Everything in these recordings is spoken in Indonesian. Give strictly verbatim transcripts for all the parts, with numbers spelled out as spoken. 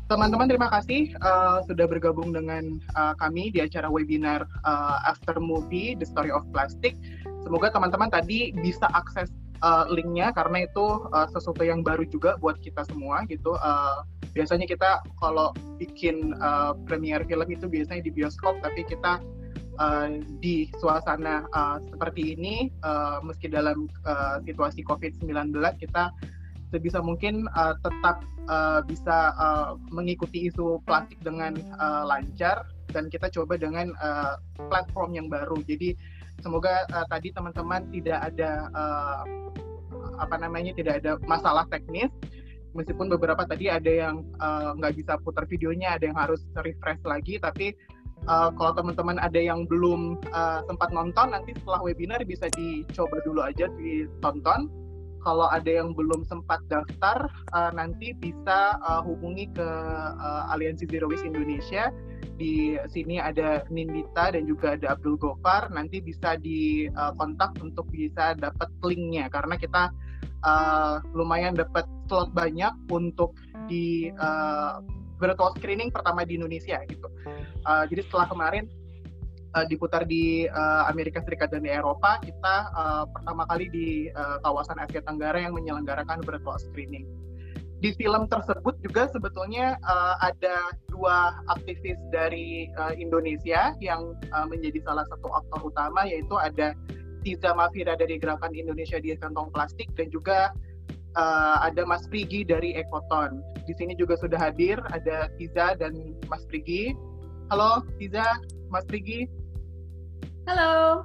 Teman-teman, terima kasih uh, sudah bergabung dengan uh, kami di acara webinar uh, After Movie, The Story of Plastic. Semoga teman-teman tadi bisa akses uh, linknya, karena itu uh, sesuatu yang baru juga buat kita semua gitu. Uh, biasanya kita kalau bikin uh, premiere film itu biasanya di bioskop, tapi kita uh, di suasana uh, seperti ini, uh, meski dalam uh, situasi covid sembilan belas, kita sebisa mungkin uh, tetap uh, bisa uh, mengikuti isu plastik dengan uh, lancar, dan kita coba dengan uh, platform yang baru. Jadi semoga uh, tadi teman-teman tidak ada uh, apa namanya tidak ada masalah teknis, meskipun beberapa tadi ada yang nggak uh, bisa putar videonya, ada yang harus refresh lagi. Tapi uh, kalau teman-teman ada yang belum uh, sempat nonton, nanti setelah webinar bisa dicoba dulu aja ditonton. Kalau ada yang belum sempat daftar, uh, nanti bisa uh, hubungi ke uh, Aliansi Zero Waste Indonesia. Di sini ada Nindita dan juga ada Abdul Gofar. Nanti bisa dikontak uh, untuk bisa dapat linknya, karena kita uh, lumayan dapat slot banyak untuk di uh, virtual screening pertama di Indonesia gitu. Uh, jadi setelah kemarin Uh, diputar di uh, Amerika Serikat dan di Eropa, kita uh, pertama kali di uh, kawasan Asia Tenggara yang menyelenggarakan virtual screening. Di film tersebut juga sebetulnya uh, ada dua aktivis dari uh, Indonesia yang uh, menjadi salah satu aktor utama, yaitu ada Tiza Mafira dari Gerakan Indonesia di Kantong Plastik, dan juga uh, ada Mas Prigi dari Ekoton. Di sini juga sudah hadir, ada Tiza dan Mas Prigi. Halo Tiza, Mas Prigi. Halo.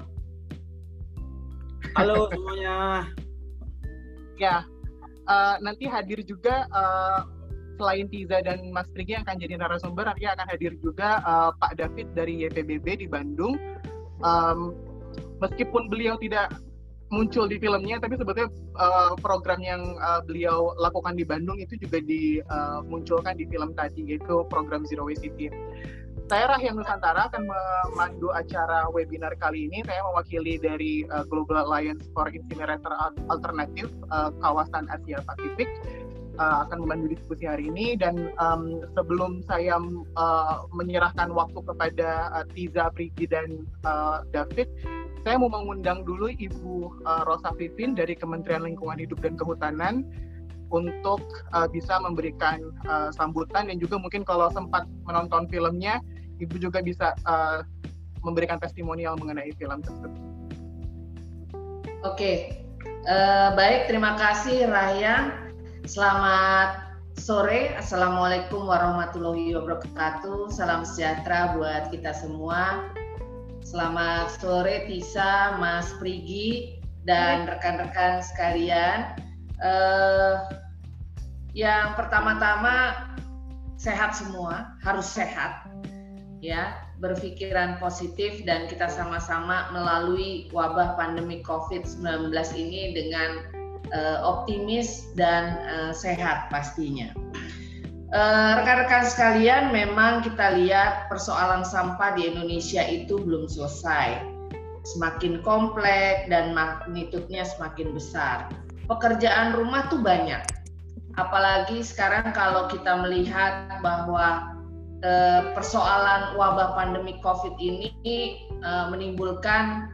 Halo semuanya. Ya, uh, nanti hadir juga uh, selain Tiza dan Mas Prigi yang akan jadi narasumber, nanti akan hadir juga uh, Pak David dari Y P B B di Bandung. Um, meskipun beliau tidak muncul di filmnya, tapi sebetulnya uh, program yang uh, beliau lakukan di Bandung itu juga dimunculkan uh, di film tadi, yaitu program Zero Waste City. Saya Rahyan Nusantara akan memandu acara webinar kali ini. Saya mewakili dari uh, Global Alliance for Incinerator Alternative uh, kawasan Asia Pasifik, uh, akan memandu diskusi hari ini. Dan um, sebelum saya uh, menyerahkan waktu kepada uh, Tiza, Prigi, dan uh, David, saya mau mengundang dulu Ibu uh, Rosa Vivin dari Kementerian Lingkungan Hidup dan Kehutanan untuk uh, bisa memberikan uh, sambutan, dan juga mungkin kalau sempat menonton filmnya, Ibu juga bisa uh, memberikan testimonial mengenai film tersebut. Oke, uh, baik, terima kasih Rahyan. Selamat sore, Assalamualaikum warahmatullahi wabarakatuh. Salam sejahtera buat kita semua. Selamat sore Tisa, Mas Prigi, dan rekan-rekan sekalian. Uh, yang pertama-tama, sehat semua, harus sehat, ya, berpikiran positif, dan kita sama-sama melalui wabah pandemi covid sembilan belas ini dengan uh, optimis dan uh, sehat pastinya. Uh, rekan-rekan sekalian, memang kita lihat persoalan sampah di Indonesia itu belum selesai, semakin kompleks dan magnitudenya semakin besar. Pekerjaan rumah tuh banyak, apalagi sekarang kalau kita melihat bahwa eh, persoalan wabah pandemi COVID ini eh, menimbulkan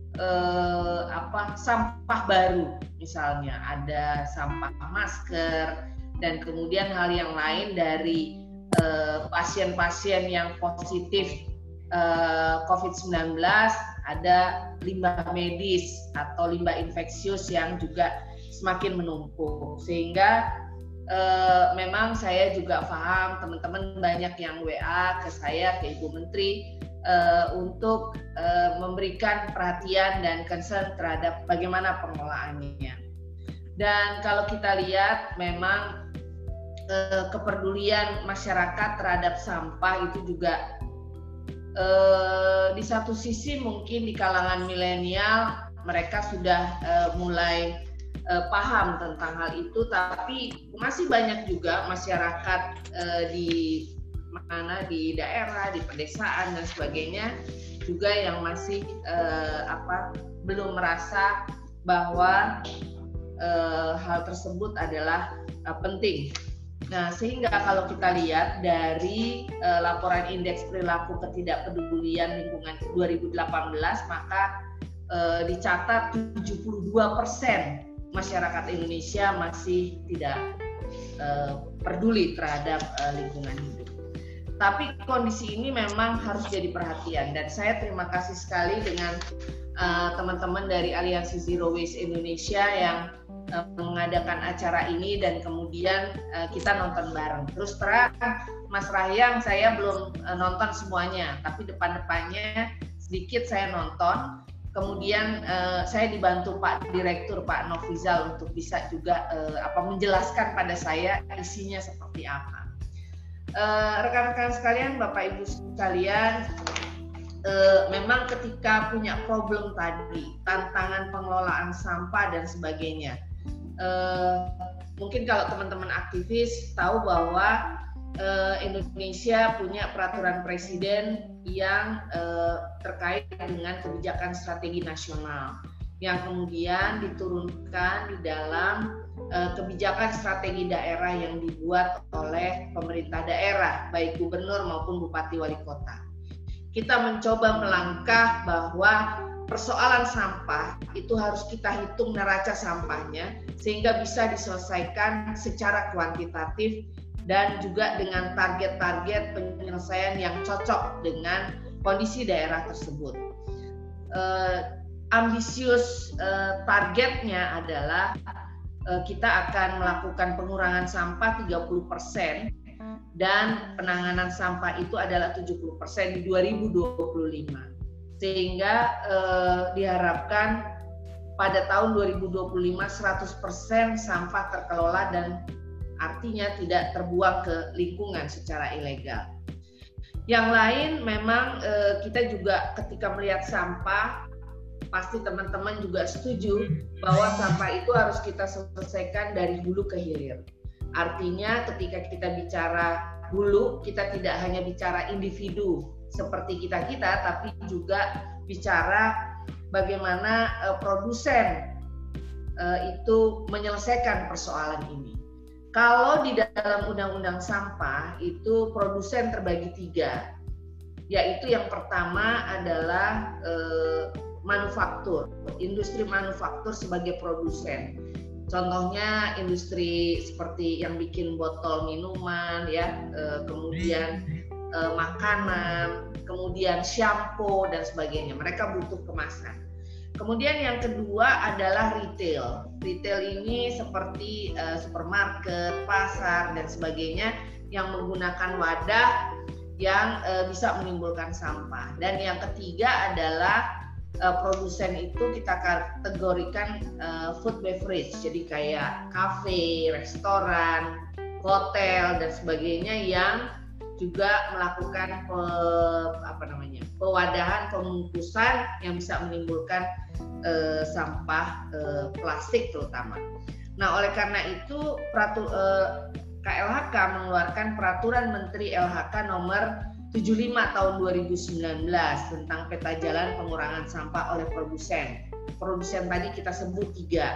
eh, apa sampah baru, misalnya ada sampah masker, dan kemudian hal yang lain dari eh, pasien-pasien yang positif eh, covid sembilan belas, ada limbah medis atau limbah infeksius yang juga semakin menumpuk, sehingga e, memang saya juga paham teman-teman banyak yang W A ke saya, ke Ibu Menteri e, untuk e, memberikan perhatian dan concern terhadap bagaimana pengelolaannya. Dan kalau kita lihat memang e, kepedulian masyarakat terhadap sampah itu juga e, di satu sisi mungkin di kalangan milenial mereka sudah e, mulai Uh, paham tentang hal itu, tapi masih banyak juga masyarakat uh, di mana di daerah, di pedesaan dan sebagainya juga yang masih uh, apa belum merasa bahwa uh, hal tersebut adalah uh, penting. Nah, sehingga kalau kita lihat dari uh, laporan indeks perilaku ketidakpedulian lingkungan dua ribu delapan belas, maka uh, dicatat tujuh puluh dua persen masyarakat Indonesia masih tidak uh, peduli terhadap uh, lingkungan hidup. Tapi kondisi ini memang harus jadi perhatian, dan saya terima kasih sekali dengan uh, teman-teman dari Aliansi Zero Waste Indonesia yang uh, mengadakan acara ini, dan kemudian uh, kita nonton bareng. Terus terang, Mas Rahyang, saya belum uh, nonton semuanya, tapi depan-depannya sedikit saya nonton. Kemudian uh, saya dibantu Pak Direktur Pak Nofizal untuk bisa juga uh, apa menjelaskan pada saya isinya seperti apa. Uh, rekan-rekan sekalian, Bapak Ibu sekalian, uh, memang ketika punya problem tadi, tantangan pengelolaan sampah dan sebagainya, uh, mungkin kalau teman-teman aktivis tahu bahwa uh, Indonesia punya peraturan presiden yang uh, terkait dengan kebijakan strategi nasional yang kemudian diturunkan di dalam uh, kebijakan strategi daerah yang dibuat oleh pemerintah daerah, baik gubernur maupun bupati wali kota. Kita mencoba melangkah bahwa persoalan sampah itu harus kita hitung neraca sampahnya sehingga bisa diselesaikan secara kuantitatif dan juga dengan target-target penyelesaian yang cocok dengan kondisi daerah tersebut. Uh, ambisius uh, targetnya adalah uh, kita akan melakukan pengurangan sampah tiga puluh persen dan penanganan sampah itu adalah tujuh puluh persen di dua ribu dua puluh lima. Sehingga uh, diharapkan pada tahun dua ribu dua puluh lima seratus persen sampah terkelola dan artinya tidak terbuang ke lingkungan secara ilegal. Yang lain memang uh, kita juga ketika melihat sampah, pasti teman-teman juga setuju bahwa sampah itu harus kita selesaikan dari hulu ke hilir. Artinya ketika kita bicara hulu, kita tidak hanya bicara individu seperti kita-kita, tapi juga bicara bagaimana uh, produsen uh, itu menyelesaikan persoalan ini. Kalau di dalam undang-undang sampah itu produsen terbagi tiga, yaitu yang pertama adalah uh, manufaktur, industri manufaktur sebagai produsen. Contohnya industri seperti yang bikin botol minuman, ya, eh, kemudian eh, makanan, kemudian shampoo dan sebagainya. Mereka butuh kemasan. Kemudian yang kedua adalah retail. Retail ini seperti eh, supermarket, pasar dan sebagainya yang menggunakan wadah yang eh, bisa menimbulkan sampah. Dan yang ketiga adalah Uh, produsen itu kita kategorikan uh, food beverage, jadi kayak kafe, restoran, hotel dan sebagainya yang juga melakukan pe, apa namanya pewadahan pembungkusan yang bisa menimbulkan uh, sampah uh, plastik terutama. Nah, oleh karena itu peratu, uh, K L H K mengeluarkan peraturan Menteri L H K nomor tujuh puluh lima tahun dua ribu sembilan belas tentang peta jalan pengurangan sampah oleh produsen. Produsen tadi kita sebut tiga.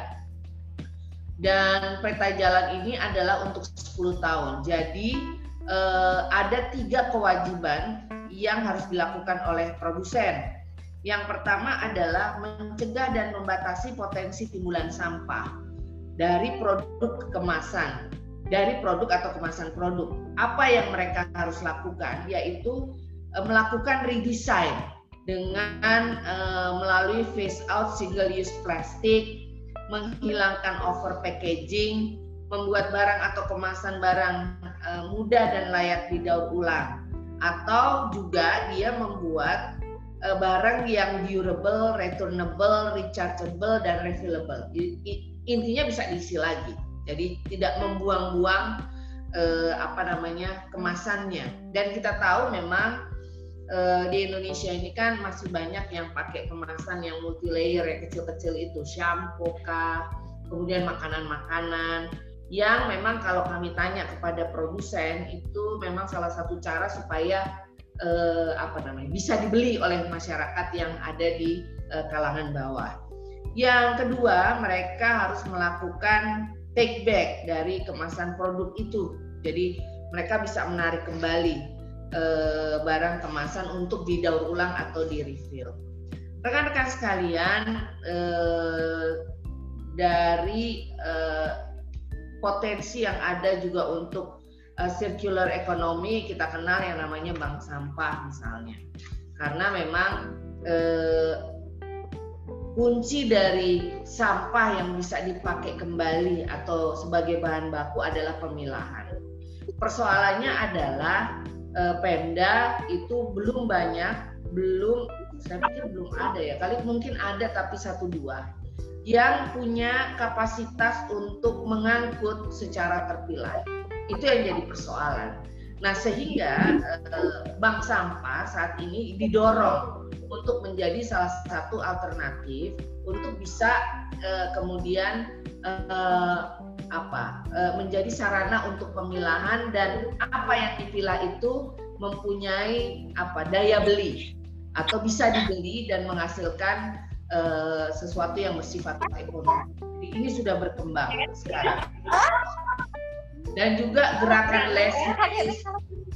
Dan peta jalan ini adalah untuk sepuluh tahun. Jadi eh, ada tiga kewajiban yang harus dilakukan oleh produsen. Yang pertama adalah mencegah dan membatasi potensi timbulan sampah dari produk kemasan. Dari produk atau kemasan produk. Apa yang mereka harus lakukan yaitu e, melakukan redesign dengan e, melalui phase out single use plastik, menghilangkan over packaging, membuat barang atau kemasan barang e, mudah dan layak didaur ulang, atau juga dia membuat e, barang yang durable, returnable, rechargeable dan refillable. Intinya bisa diisi lagi. Jadi tidak membuang-buang eh, apa namanya kemasannya. Dan kita tahu memang eh, di Indonesia ini kan masih banyak yang pakai kemasan yang multi layer, yang kecil-kecil itu, shampoo kah, kemudian makanan-makanan yang memang kalau kami tanya kepada produsen itu memang salah satu cara supaya eh, apa namanya bisa dibeli oleh masyarakat yang ada di eh, kalangan bawah. Yang kedua, mereka harus melakukan take back dari kemasan produk itu. Jadi mereka bisa menarik kembali eh, barang kemasan untuk didaur ulang atau di refill. Rekan-rekan sekalian, eh, dari eh, potensi yang ada juga untuk uh, circular economy, kita kenal yang namanya bank sampah misalnya. Karena memang uh, kunci dari sampah yang bisa dipakai kembali atau sebagai bahan baku adalah pemilahan. Persoalannya adalah uh, Pemda itu belum banyak, belum, saya pikir belum ada ya, kali mungkin ada tapi satu dua yang punya kapasitas untuk mengangkut secara terpilah. Itu yang jadi persoalan. Nah, sehingga eh, bank sampah saat ini didorong untuk menjadi salah satu alternatif untuk bisa eh, kemudian eh, apa eh, menjadi sarana untuk pemilahan, dan apa yang dipilah itu mempunyai apa daya beli atau bisa dibeli dan menghasilkan Uh, sesuatu yang bersifat ekonomi. Jadi ini sudah berkembang sekarang. Dan juga gerakan less waste.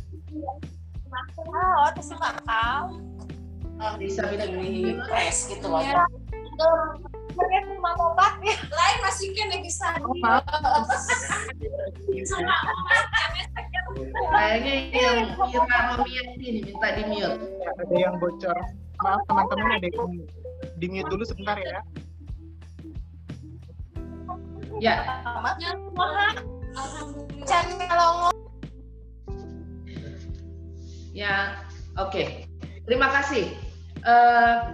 Oh, terus bakal bisa di press gitu loh. Pakai cuma obat ya. Lain masih kan yang bisa. Kayaknya yang Mira Romiati ini minta di mute. Ada yang bocor. Maaf teman-teman, ada yang di mute dulu sebentar ya. Ya. Ya, oke. Okay. Terima kasih. Uh,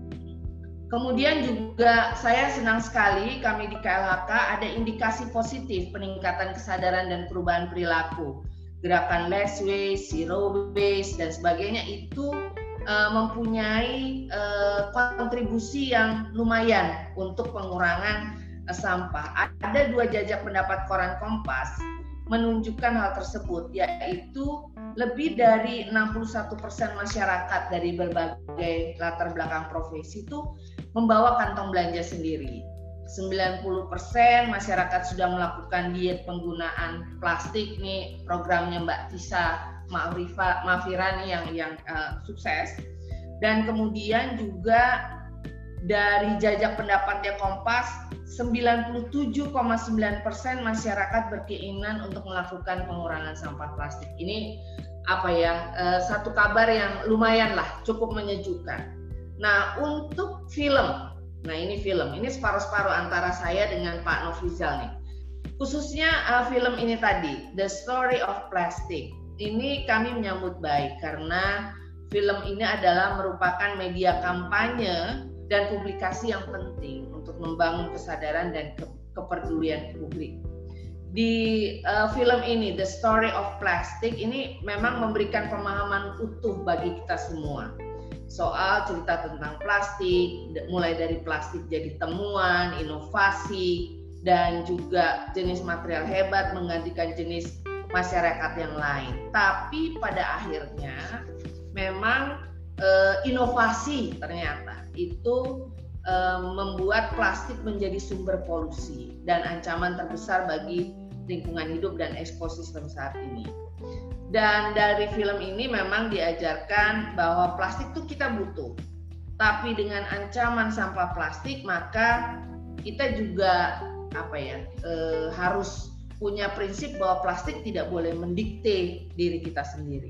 kemudian juga saya senang sekali kami di K L H K ada indikasi positif peningkatan kesadaran dan perubahan perilaku. Gerakan less waste, zero waste dan sebagainya itu Uh, mempunyai uh, kontribusi yang lumayan untuk pengurangan uh, sampah. Ada dua jajak pendapat koran Kompas menunjukkan hal tersebut, yaitu lebih dari enam puluh satu persen masyarakat dari berbagai latar belakang profesi itu membawa kantong belanja sendiri. sembilan puluh persen masyarakat sudah melakukan diet penggunaan plastik, nih programnya Mbak Tisa Ma'rifa Mafirani yang yang uh, sukses. Dan kemudian juga dari jajak pendapatnya Kompas, sembilan puluh tujuh koma sembilan persen masyarakat berkeinginan untuk melakukan pengurangan sampah plastik. Ini apa ya, uh, satu kabar yang lumayan lah, cukup menyejukkan. Nah, untuk film, nah ini film, ini separuh-separuh antara saya dengan Pak Nofrizal nih. Khususnya uh, film ini tadi, The Story of Plastic. Ini kami menyambut baik karena film ini adalah merupakan media kampanye dan publikasi yang penting untuk membangun kesadaran dan ke kepedulian publik. Di uh, film ini, The Story of Plastic, ini memang memberikan pemahaman utuh bagi kita semua soal cerita tentang plastik, mulai dari plastik jadi temuan, inovasi, dan juga jenis material hebat menggantikan jenis masyarakat yang lain. Tapi pada akhirnya memang e, inovasi ternyata itu e, membuat plastik menjadi sumber polusi dan ancaman terbesar bagi lingkungan hidup dan ekosistem saat ini. Dan dari film ini memang diajarkan bahwa plastik itu kita butuh. Tapi dengan ancaman sampah plastik, maka kita juga apa ya e, harus punya prinsip bahwa plastik tidak boleh mendikte diri kita sendiri.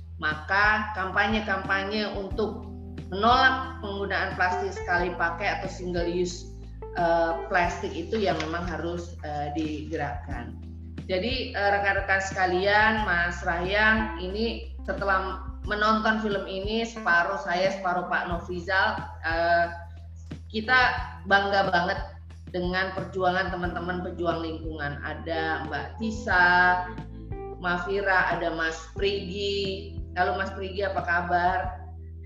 Maka kampanye-kampanye untuk menolak penggunaan plastik sekali pakai atau single use uh, plastik itu yang memang harus uh, digerakkan. Jadi uh, rekan-rekan sekalian, Mas Rahyang, ini setelah menonton film ini, separuh saya, separuh Pak Nofrizal, uh, kita bangga banget dengan perjuangan teman-teman pejuang lingkungan. Ada Mbak Tisa Mafira, ada Mas Prigi. Halo Mas Prigi, apa kabar?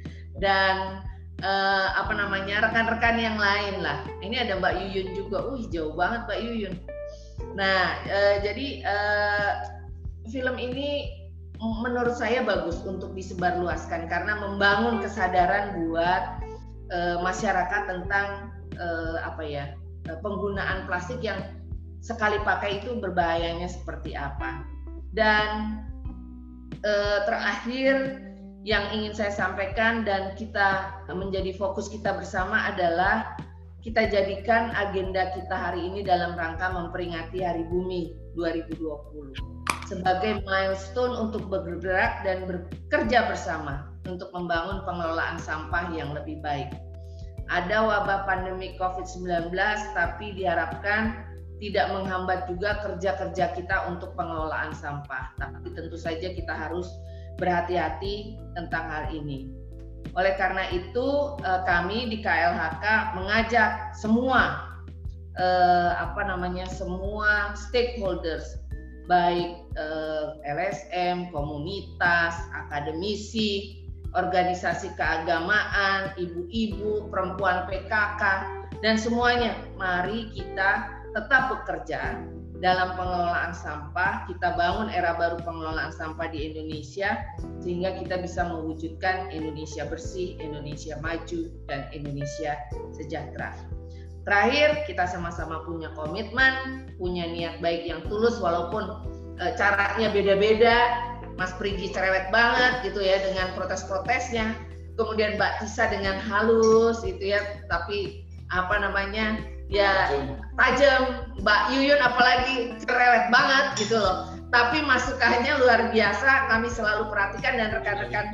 Dan eh, apa namanya rekan-rekan yang lain lah. Ini ada Mbak Yuyun juga. Uh, jauh banget Mbak Yuyun. Nah, eh, jadi eh, film ini menurut saya bagus untuk disebarluaskan karena membangun kesadaran buat eh, masyarakat tentang eh, apa ya penggunaan plastik yang sekali pakai itu berbahayanya seperti apa. Dan eh, terakhir yang ingin saya sampaikan dan kita menjadi fokus kita bersama adalah kita jadikan agenda kita hari ini dalam rangka memperingati Hari Bumi dua ribu dua puluh sebagai milestone untuk bergerak dan bekerja bersama untuk membangun pengelolaan sampah yang lebih baik. Ada wabah pandemi covid sembilan belas, tapi diharapkan tidak menghambat juga kerja-kerja kita untuk pengelolaan sampah. Tapi tentu saja kita harus berhati-hati tentang hal ini. Oleh karena itu kami di K L H K mengajak semua eh, apa namanya semua stakeholders, baik eh, L S M, komunitas, akademisi, organisasi keagamaan, ibu-ibu, perempuan P K K, dan semuanya, mari kita tetap bekerja dalam pengelolaan sampah. Kita bangun era baru pengelolaan sampah di Indonesia sehingga kita bisa mewujudkan Indonesia bersih, Indonesia maju, dan Indonesia sejahtera. Terakhir, kita sama-sama punya komitmen, punya niat baik yang tulus walaupun e, caranya beda-beda. Mas Prigi cerewet banget gitu ya dengan protes-protesnya. Kemudian Mbak Tisa dengan halus gitu ya, tapi apa namanya? Ya tajam, Mbak Yuyun apalagi cerewet banget gitu loh. Tapi masukannya luar biasa, kami selalu perhatikan dan rekan-rekan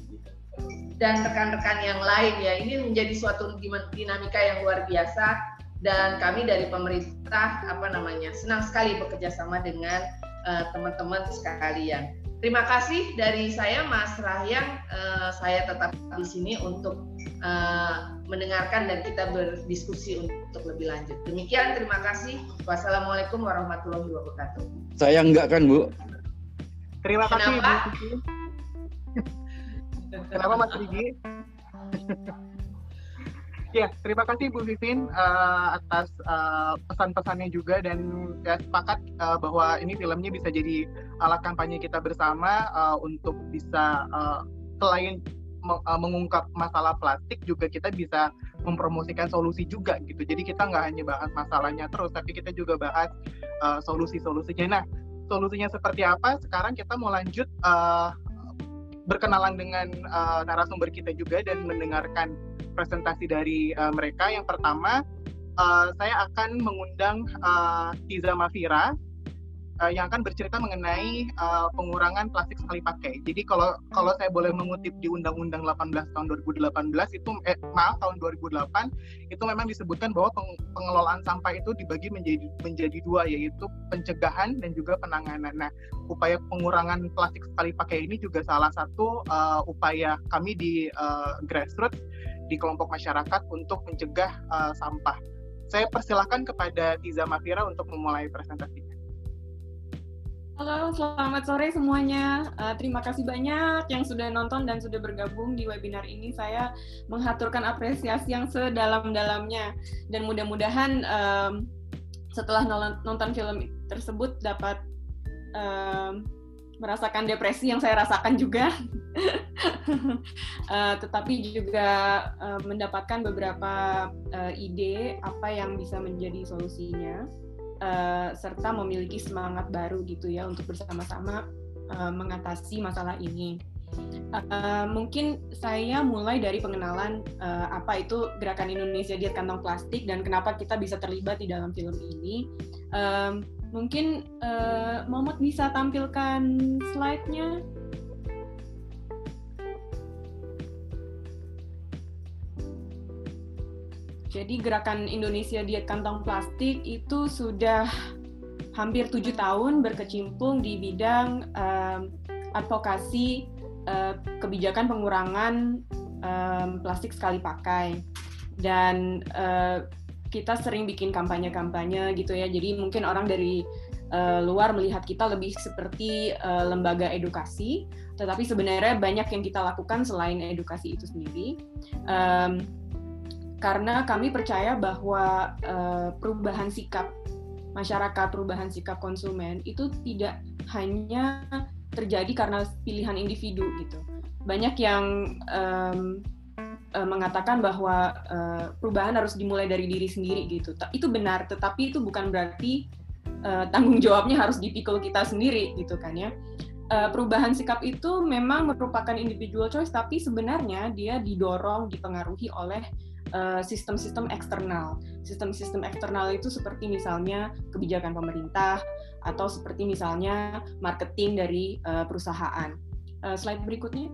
dan rekan-rekan yang lain ya. Ini menjadi suatu dinamika yang luar biasa dan kami dari pemerintah apa namanya senang sekali bekerja sama dengan uh, teman-teman sekalian. Terima kasih dari saya Mas Rahyang, uh, saya tetap di sini untuk uh, mendengarkan dan kita berdiskusi untuk lebih lanjut. Demikian, terima kasih. Wassalamualaikum warahmatullahi wabarakatuh. Saya enggak kan, Bu? Terima kasih, Kenapa? Bu. Kenapa Mas Rigi? Ya, terima kasih Bu Vivin uh, atas uh, pesan-pesannya juga dan ya, sepakat uh, bahwa ini filmnya bisa jadi alat kampanye kita bersama uh, untuk bisa uh, selain me- uh, mengungkap masalah plastik juga kita bisa mempromosikan solusi juga gitu. Jadi kita nggak hanya bahas masalahnya terus, tapi kita juga bahas uh, solusi-solusinya. Nah, solusinya seperti apa? Sekarang kita mau lanjut uh, berkenalan dengan uh, narasumber kita juga dan mendengarkan presentasi dari uh, mereka. Yang pertama, uh, saya akan mengundang uh, Tiza Mafira uh, yang akan bercerita mengenai uh, pengurangan plastik sekali pakai. Jadi kalau kalau saya boleh mengutip di Undang-Undang delapan belas tahun dua ribu delapan belas itu eh, maaf tahun dua ribu delapan itu memang disebutkan bahwa peng, pengelolaan sampah itu dibagi menjadi menjadi dua, yaitu pencegahan dan juga penanganan. Nah, upaya pengurangan plastik sekali pakai ini juga salah satu uh, upaya kami di uh, grassroots di kelompok masyarakat untuk mencegah uh, sampah. Saya persilahkan kepada Tiza Mafira untuk memulai presentasinya. Halo, selamat sore semuanya. Uh, terima kasih banyak yang sudah nonton dan sudah bergabung di webinar ini. Saya menghaturkan apresiasi yang sedalam-dalamnya dan mudah-mudahan um, setelah nonton film tersebut dapat um, merasakan depresi yang saya rasakan juga, uh, tetapi juga uh, mendapatkan beberapa uh, ide apa yang bisa menjadi solusinya, uh, serta memiliki semangat baru gitu ya untuk bersama-sama uh, mengatasi masalah ini. Uh, mungkin saya mulai dari pengenalan uh, apa itu Gerakan Indonesia Diet Kantong Plastik dan kenapa kita bisa terlibat di dalam film ini. Um, Mungkin uh, Momot bisa tampilkan slide-nya. Jadi Gerakan Indonesia Diet Kantong Plastik itu sudah hampir tujuh tahun berkecimpung di bidang um, advokasi uh, kebijakan pengurangan um, plastik sekali pakai. Dan uh, kita sering bikin kampanye-kampanye gitu ya, jadi mungkin orang dari uh, luar melihat kita lebih seperti uh, lembaga edukasi, tetapi sebenarnya banyak yang kita lakukan selain edukasi itu sendiri, um, karena kami percaya bahwa uh, perubahan sikap masyarakat, perubahan sikap konsumen itu tidak hanya terjadi karena pilihan individu gitu. Banyak yang um, mengatakan bahwa uh, perubahan harus dimulai dari diri sendiri gitu. Itu benar, tetapi itu bukan berarti uh, tanggung jawabnya harus dipikul kita sendiri gitu kan ya. Uh, perubahan sikap itu memang merupakan individual choice, tapi sebenarnya dia didorong, dipengaruhi oleh uh, sistem-sistem eksternal. Sistem-sistem eksternal itu seperti misalnya kebijakan pemerintah atau seperti misalnya marketing dari uh, perusahaan. Uh, slide berikutnya.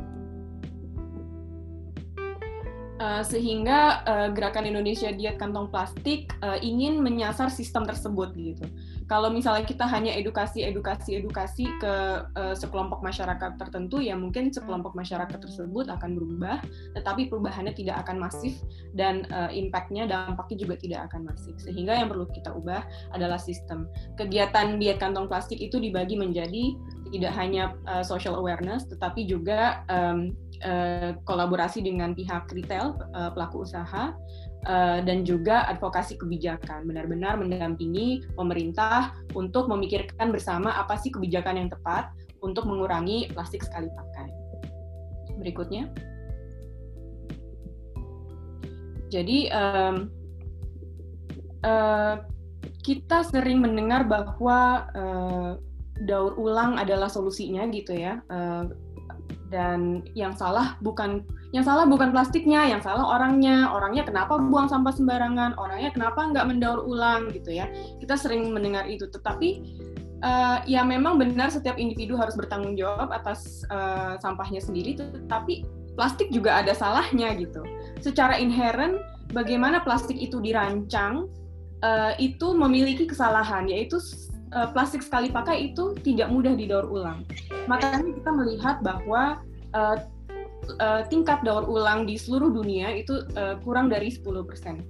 Uh, sehingga uh, gerakan Indonesia Diet Kantong Plastik uh, ingin menyasar sistem tersebut gitu. Kalau misalnya kita hanya edukasi, edukasi, edukasi ke uh, sekelompok masyarakat tertentu, ya mungkin sekelompok masyarakat tersebut akan berubah, tetapi perubahannya tidak akan masif dan uh, impact-nya, dampaknya juga tidak akan masif. Sehingga yang perlu kita ubah adalah sistem. Kegiatan diet kantong plastik itu dibagi menjadi tidak hanya uh, social awareness, tetapi juga um, uh, kolaborasi dengan pihak retail, uh, pelaku usaha, uh, dan juga advokasi kebijakan. Benar-benar mendampingi pemerintah untuk memikirkan bersama apa sih kebijakan yang tepat untuk mengurangi plastik sekali pakai. Berikutnya. Jadi, um, uh, kita sering mendengar bahwa uh, daur ulang adalah solusinya gitu ya, uh, dan yang salah bukan yang salah bukan plastiknya, yang salah orangnya. Orangnya kenapa buang sampah sembarangan, orangnya kenapa nggak mendaur ulang gitu ya. Kita sering mendengar itu, tetapi uh, ya memang benar setiap individu harus bertanggung jawab atas uh, sampahnya sendiri, tetapi plastik juga ada salahnya gitu. Secara inherent, bagaimana plastik itu dirancang uh, itu memiliki kesalahan, yaitu plastik sekali pakai itu tidak mudah didaur ulang. Makanya kita melihat bahwa uh, uh, tingkat daur ulang di seluruh dunia itu uh, kurang dari sepuluh persen.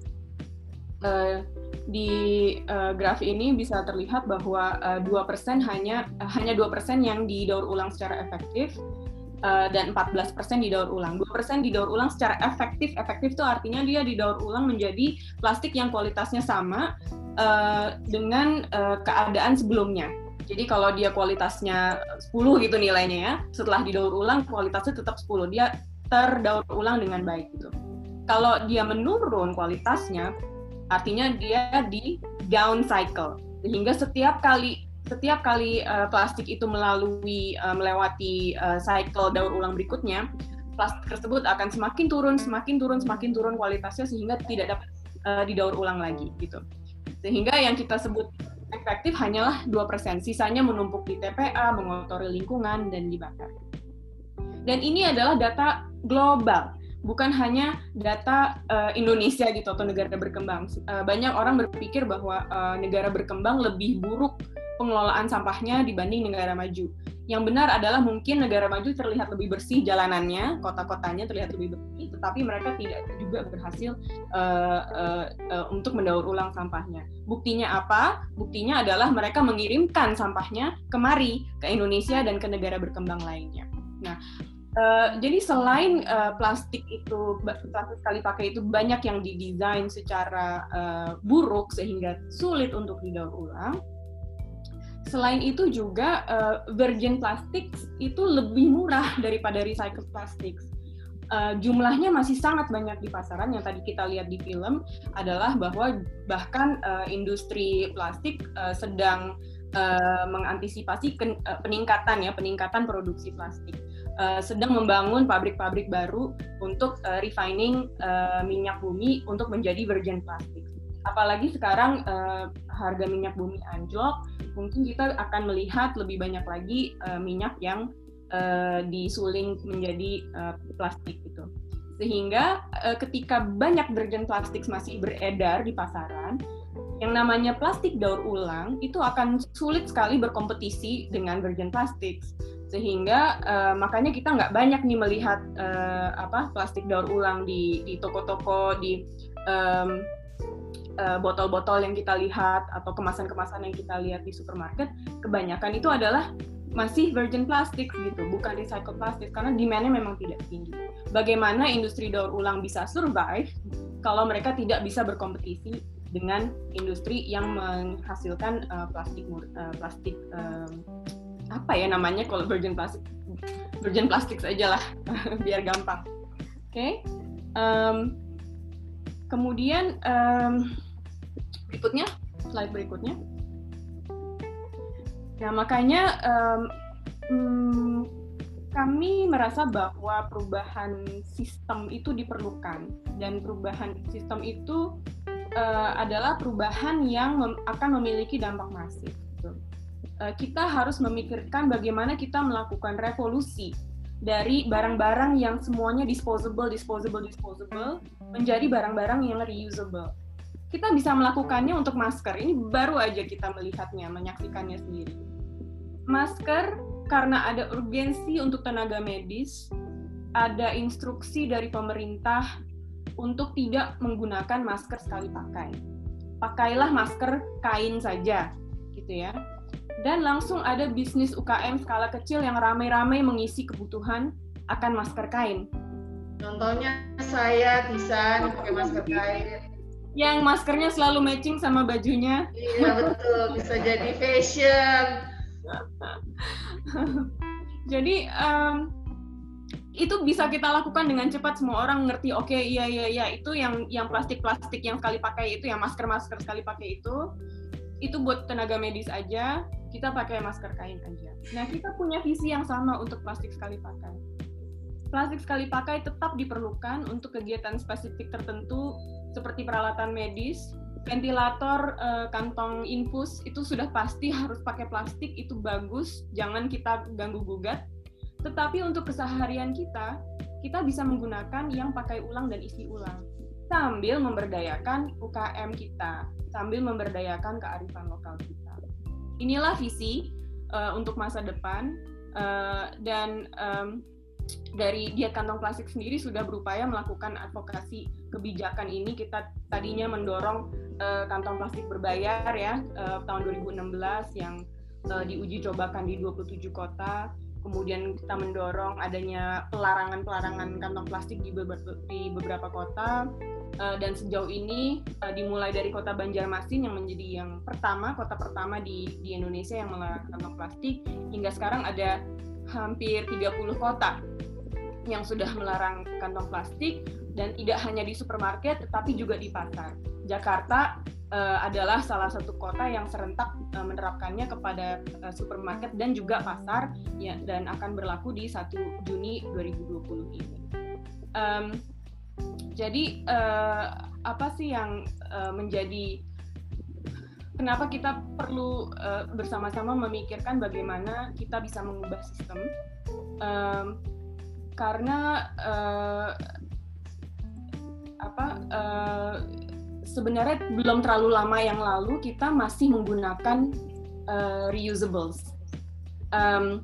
Uh, di uh, graf ini bisa terlihat bahwa uh, dua persen hanya uh, hanya dua persen yang didaur ulang secara efektif, uh, dan empat belas persen didaur ulang. dua persen didaur ulang secara efektif. Efektif itu artinya dia didaur ulang menjadi plastik yang kualitasnya sama Uh, dengan uh, keadaan sebelumnya. Jadi kalau dia kualitasnya sepuluh gitu nilainya ya, setelah didaur ulang kualitasnya tetap sepuluh, dia terdaur ulang dengan baik gitu. Kalau dia menurun kualitasnya, artinya dia di down cycle, sehingga setiap kali setiap kali uh, plastik itu melalui uh, melewati uh, cycle daur ulang berikutnya, plastik tersebut akan semakin turun, semakin turun, semakin turun kualitasnya sehingga tidak dapat uh, didaur ulang lagi gitu. Sehingga yang kita sebut efektif hanyalah dua persen, sisanya menumpuk di T P A, mengotori lingkungan, dan dibakar. Dan ini adalah data global, bukan hanya data uh, Indonesia gitu atau negara berkembang. Uh, banyak orang berpikir bahwa uh, negara berkembang lebih buruk pengelolaan sampahnya dibanding negara maju. Yang benar adalah mungkin negara maju terlihat lebih bersih jalanannya, kota-kotanya terlihat lebih bersih, tetapi mereka tidak juga berhasil uh, uh, uh, untuk mendaur ulang sampahnya. Buktinya apa? Buktinya adalah mereka mengirimkan sampahnya kemari ke Indonesia dan ke negara berkembang lainnya. Nah, uh, jadi selain uh, plastik itu, plastik sekali pakai itu banyak yang didesain secara uh, buruk sehingga sulit untuk didaur ulang. Selain itu juga uh, virgin plastics itu lebih murah daripada recycled plastics. Uh, jumlahnya masih sangat banyak di pasaran. Yang tadi kita lihat di film adalah bahwa bahkan uh, industri plastik uh, sedang uh, mengantisipasi ken, uh, peningkatan ya peningkatan produksi plastik. Uh, sedang membangun pabrik-pabrik baru untuk uh, refining uh, minyak bumi untuk menjadi virgin plastic. Apalagi sekarang uh, harga minyak bumi anjlok, mungkin kita akan melihat lebih banyak lagi uh, minyak yang uh, disuling menjadi uh, plastik gitu. Sehingga uh, ketika banyak virgin plastics masih beredar di pasaran, yang namanya plastik daur ulang itu akan sulit sekali berkompetisi dengan virgin plastics. Sehingga uh, makanya kita nggak banyak nih melihat uh, apa plastik daur ulang di di toko-toko, di um, botol-botol yang kita lihat atau kemasan-kemasan yang kita lihat di supermarket, kebanyakan itu adalah masih virgin plastic gitu, bukan recycled plastic, karena demand-nya memang tidak tinggi. Bagaimana industri daur ulang bisa survive kalau mereka tidak bisa berkompetisi dengan industri yang menghasilkan uh, plastik uh, plastik um, apa ya namanya kalau virgin plastic, virgin plastic saja lah biar gampang. Oke, okay? um, kemudian um, berikutnya, slide berikutnya. Nah, makanya um, um, kami merasa bahwa perubahan sistem itu diperlukan, dan perubahan sistem itu uh, adalah perubahan yang mem- akan memiliki dampak masif. Gitu. Uh, kita harus memikirkan bagaimana kita melakukan revolusi dari barang-barang yang semuanya disposable, disposable, disposable, menjadi barang-barang yang reusable. Kita bisa melakukannya untuk masker. Ini baru aja kita melihatnya, menyaksikannya sendiri. Masker, karena ada urgensi untuk tenaga medis, ada instruksi dari pemerintah untuk tidak menggunakan masker sekali pakai. Pakailah masker kain saja, gitu ya. Dan langsung ada bisnis U K M skala kecil yang ramai-ramai mengisi kebutuhan akan masker kain. Contohnya saya bisa pakai masker kain. Yang maskernya selalu matching sama bajunya. Iya betul, bisa jadi fashion. Jadi um, itu bisa kita lakukan dengan cepat, semua orang ngerti. Oke, okay, iya iya iya itu yang yang plastik-plastik yang sekali pakai itu, yang masker-masker sekali pakai itu, itu buat tenaga medis aja. Kita pakai masker kain aja. Nah, kita punya visi yang sama untuk plastik sekali pakai. Plastik sekali pakai tetap diperlukan untuk kegiatan spesifik tertentu seperti peralatan medis, ventilator, eh, kantong infus, itu sudah pasti harus pakai plastik, itu bagus, jangan kita ganggu-gugat. Tetapi untuk keseharian kita, kita bisa menggunakan yang pakai ulang dan isi ulang, sambil memberdayakan U K M kita, sambil memberdayakan kearifan lokal kita. Inilah visi uh, untuk masa depan, uh, dan um, dari Diet Kantong Plastik sendiri sudah berupaya melakukan advokasi kebijakan ini. Kita tadinya mendorong uh, kantong plastik berbayar ya uh, tahun dua ribu enam belas yang uh, diuji cobakan di dua puluh tujuh kota. Kemudian kita mendorong adanya pelarangan-pelarangan kantong plastik di beberapa, di beberapa kota. Uh, dan sejauh ini uh, dimulai dari kota Banjarmasin yang menjadi yang pertama, kota pertama di, di Indonesia yang melarang kantong plastik. Hingga sekarang ada hampir tiga puluh kota yang sudah melarang kantong plastik, dan tidak hanya di supermarket tetapi juga di pasar. Jakarta uh, adalah salah satu kota yang serentak uh, menerapkannya kepada uh, supermarket dan juga pasar ya, dan akan berlaku di satu Juni dua ribu dua puluh ini. Um, jadi uh, apa sih yang uh, menjadi kenapa kita perlu uh, bersama-sama memikirkan bagaimana kita bisa mengubah sistem? Um, karena uh, apa uh, sebenarnya belum terlalu lama yang lalu kita masih menggunakan uh, reusables. Um,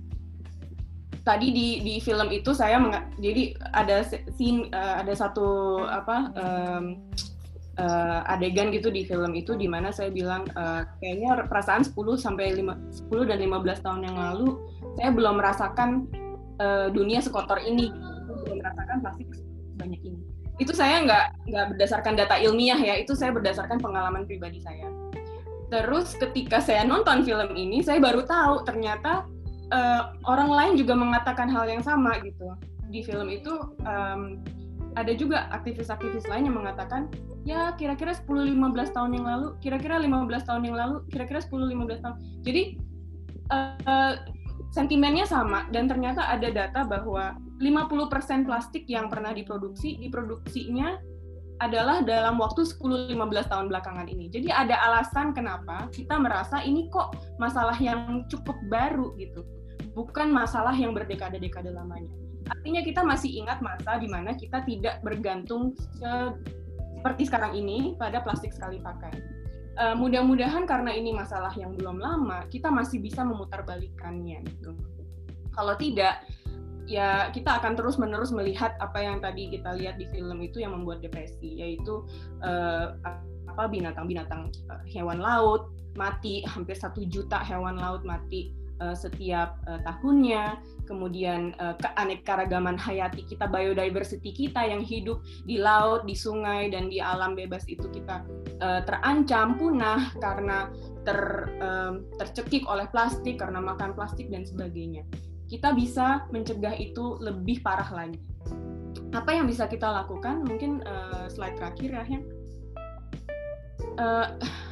tadi di di film itu saya meng- jadi ada scene uh, ada satu apa um, uh, adegan gitu di film itu di mana saya bilang uh, kayaknya perasaan sepuluh sampai sepuluh dan lima belas tahun yang lalu saya belum merasakan uh, dunia sekotor ini, belum merasakan plastik sebanyak ini. Itu saya nggak nggak berdasarkan data ilmiah ya, itu saya berdasarkan pengalaman pribadi saya. Terus ketika saya nonton film ini, saya baru tahu ternyata uh, orang lain juga mengatakan hal yang sama gitu. Di film itu um, ada juga aktivis-aktivis lain yang mengatakan, ya kira-kira sepuluh sampai lima belas tahun yang lalu, kira-kira lima belas tahun yang lalu, kira-kira sepuluh sampai lima belas tahun. Jadi uh, sentimennya sama, dan ternyata ada data bahwa lima puluh persen plastik yang pernah diproduksi, diproduksinya adalah dalam waktu sepuluh sampai lima belas tahun belakangan ini. Jadi ada alasan kenapa kita merasa ini kok masalah yang cukup baru gitu. Bukan masalah yang berdekade-dekade lamanya. Artinya kita masih ingat masa di mana kita tidak bergantung se- seperti sekarang ini pada plastik sekali pakai. Uh, mudah-mudahan karena ini masalah yang belum lama, kita masih bisa memutarbalikannya gitu. Kalau tidak, ya kita akan terus-menerus melihat apa yang tadi kita lihat di film itu yang membuat depresi, yaitu uh, apa binatang-binatang uh, hewan laut mati, hampir satu juta hewan laut mati uh, setiap uh, tahunnya. Kemudian uh, keanekaragaman hayati kita, biodiversity kita yang hidup di laut, di sungai, dan di alam bebas itu kita uh, terancam punah karena ter, um, tercekik oleh plastik, karena makan plastik dan sebagainya. Kita bisa mencegah itu lebih parah lagi. Apa yang bisa kita lakukan? Mungkin uh, slide terakhir ya, Hen. Uh,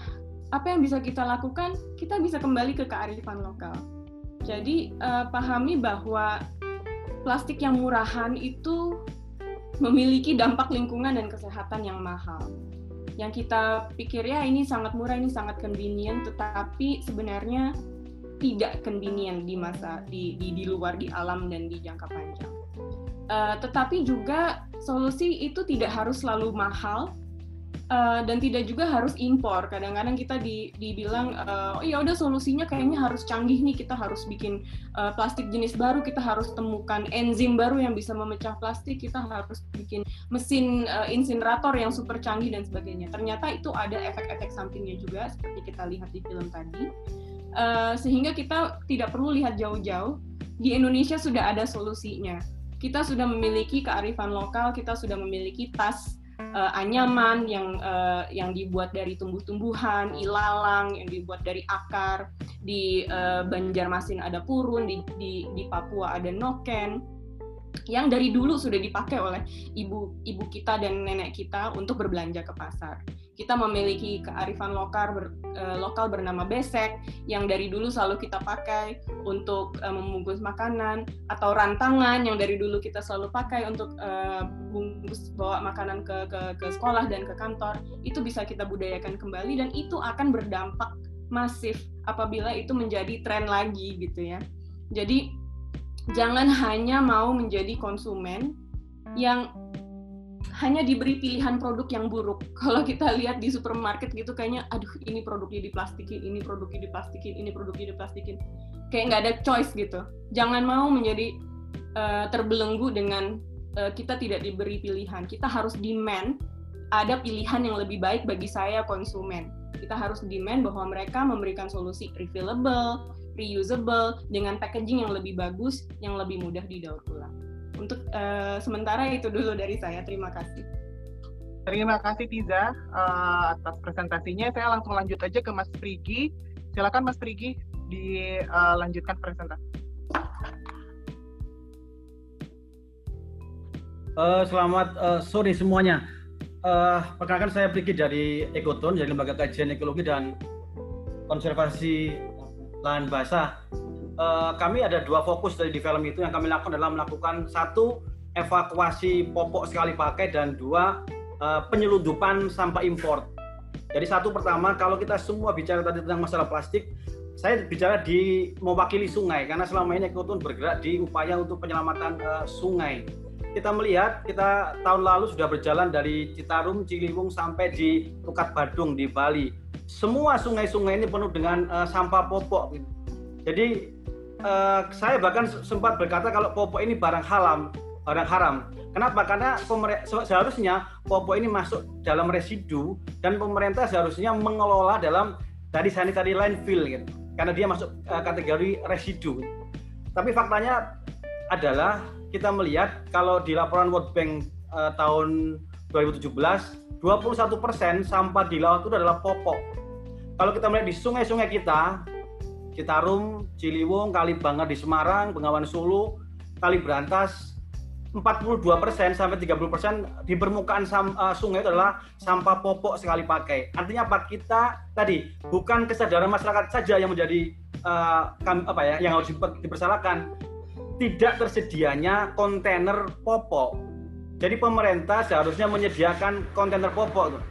apa yang bisa kita lakukan? Kita bisa kembali ke kearifan lokal. Jadi uh, pahami bahwa plastik yang murahan itu memiliki dampak lingkungan dan kesehatan yang mahal. Yang kita pikir ya ini sangat murah, ini sangat convenient, tetapi sebenarnya tidak convenient di masa di di, di luar, di alam dan di jangka panjang. Uh, tetapi juga solusi itu tidak harus selalu mahal. Uh, dan tidak juga harus impor. Kadang-kadang kita di, dibilang, uh, oh ya udah solusinya kayaknya harus canggih nih, kita harus bikin uh, plastik jenis baru, kita harus temukan enzim baru yang bisa memecah plastik, kita harus bikin mesin uh, insinerator yang super canggih dan sebagainya. Ternyata itu ada efek-efek sampingnya juga, seperti kita lihat di film tadi. Uh, sehingga kita tidak perlu lihat jauh-jauh, di Indonesia sudah ada solusinya. Kita sudah memiliki kearifan lokal, kita sudah memiliki tas Uh, anyaman yang uh, yang dibuat dari tumbuh-tumbuhan, ilalang yang dibuat dari akar, di uh, Banjarmasin ada purun, di, di di Papua ada noken, yang dari dulu sudah dipakai oleh ibu ibu kita dan nenek kita untuk berbelanja ke pasar. Kita memiliki kearifan lokal ber, uh, lokal bernama besek yang dari dulu selalu kita pakai untuk uh, membungkus makanan, atau rantangan yang dari dulu kita selalu pakai untuk uh, bungkus bawa makanan ke, ke ke sekolah dan ke kantor. Itu bisa kita budayakan kembali dan itu akan berdampak masif apabila itu menjadi tren lagi gitu ya. Jadi jangan hanya mau menjadi konsumen yang hanya diberi pilihan produk yang buruk. Kalau kita lihat di supermarket gitu kayaknya, aduh ini produknya diplastikin, ini produknya diplastikin, ini produknya diplastikin. Kayak nggak ada choice gitu. Jangan mau menjadi uh, terbelenggu dengan uh, kita tidak diberi pilihan. Kita harus demand ada pilihan yang lebih baik bagi saya konsumen. Kita harus demand bahwa mereka memberikan solusi refillable, reusable, dengan packaging yang lebih bagus, yang lebih mudah didaur ulang. Untuk uh, sementara itu dulu dari saya. Terima kasih. Terima kasih Tiza uh, atas presentasinya. Saya langsung lanjut aja ke Mas Prigi. Silakan Mas Prigi dilanjutkan uh, presentasi. Uh, selamat uh, sore semuanya. Uh, perkenalkan saya Prigi dari Ekoton, dari Lembaga Kajian Ekologi dan Konservasi Lahan Basah. Uh, kami ada dua fokus dari di film itu. Yang kami lakukan adalah melakukan satu, evakuasi popok sekali pakai, dan dua, uh, penyelundupan sampah impor. Jadi satu, pertama, kalau kita semua bicara tadi tentang masalah plastik, saya bicara di mewakili sungai, karena selama ini Ekoton bergerak di upaya untuk penyelamatan uh, sungai. Kita melihat, kita tahun lalu sudah berjalan dari Citarum, Ciliwung sampai di Tukat Badung di Bali. Semua sungai-sungai ini penuh dengan uh, sampah popok. Jadi Uh, saya bahkan sempat berkata kalau popok ini barang haram, barang haram. Kenapa? Karena pemer- seharusnya popok ini masuk dalam residu dan pemerintah seharusnya mengelola dalam dari sanitary landfill, gitu. Karena dia masuk uh, kategori residu. Tapi faktanya adalah kita melihat kalau di laporan World Bank uh, tahun dua ribu tujuh belas, dua puluh satu persen sampah di laut itu adalah popok. Kalau kita melihat di sungai-sungai kita, Citarum, Ciliwung, Kali Banger di Semarang, Bengawan Solo, Kali Brantas, empat puluh dua persen sampai tiga puluh persen di permukaan sam, uh, sungai itu adalah sampah popok sekali pakai. Artinya apa? Kita tadi bukan kesadaran masyarakat saja yang menjadi uh, kan, apa ya, yang harus dipersalahkan. Tidak tersedianya kontainer popok. Jadi pemerintah seharusnya menyediakan kontainer popok.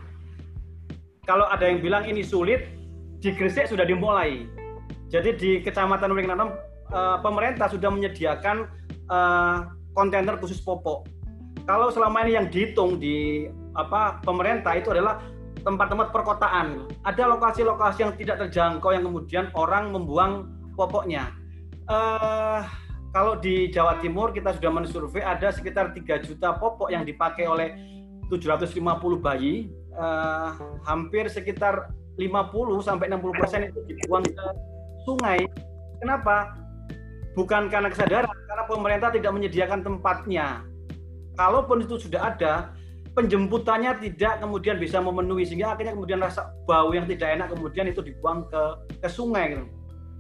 Kalau ada yang bilang ini sulit, di Gresik sudah dimulai. Jadi di Kecamatan Wringin uh, pemerintah sudah menyediakan uh, kontainer khusus popok. Kalau selama ini yang dihitung di apa pemerintah itu adalah tempat-tempat perkotaan. Ada lokasi-lokasi yang tidak terjangkau yang kemudian orang membuang popoknya. Uh, kalau di Jawa Timur kita sudah mensurvei ada sekitar tiga juta popok yang dipakai oleh tujuh ratus lima puluh bayi. Uh, hampir sekitar lima puluh sampai enam puluh persen itu dibuang ke sungai. Kenapa? Bukan karena kesadaran, karena pemerintah tidak menyediakan tempatnya. Kalaupun itu sudah ada, penjemputannya tidak kemudian bisa memenuhi, sehingga akhirnya kemudian rasa bau yang tidak enak kemudian itu dibuang ke ke sungai. Gitu.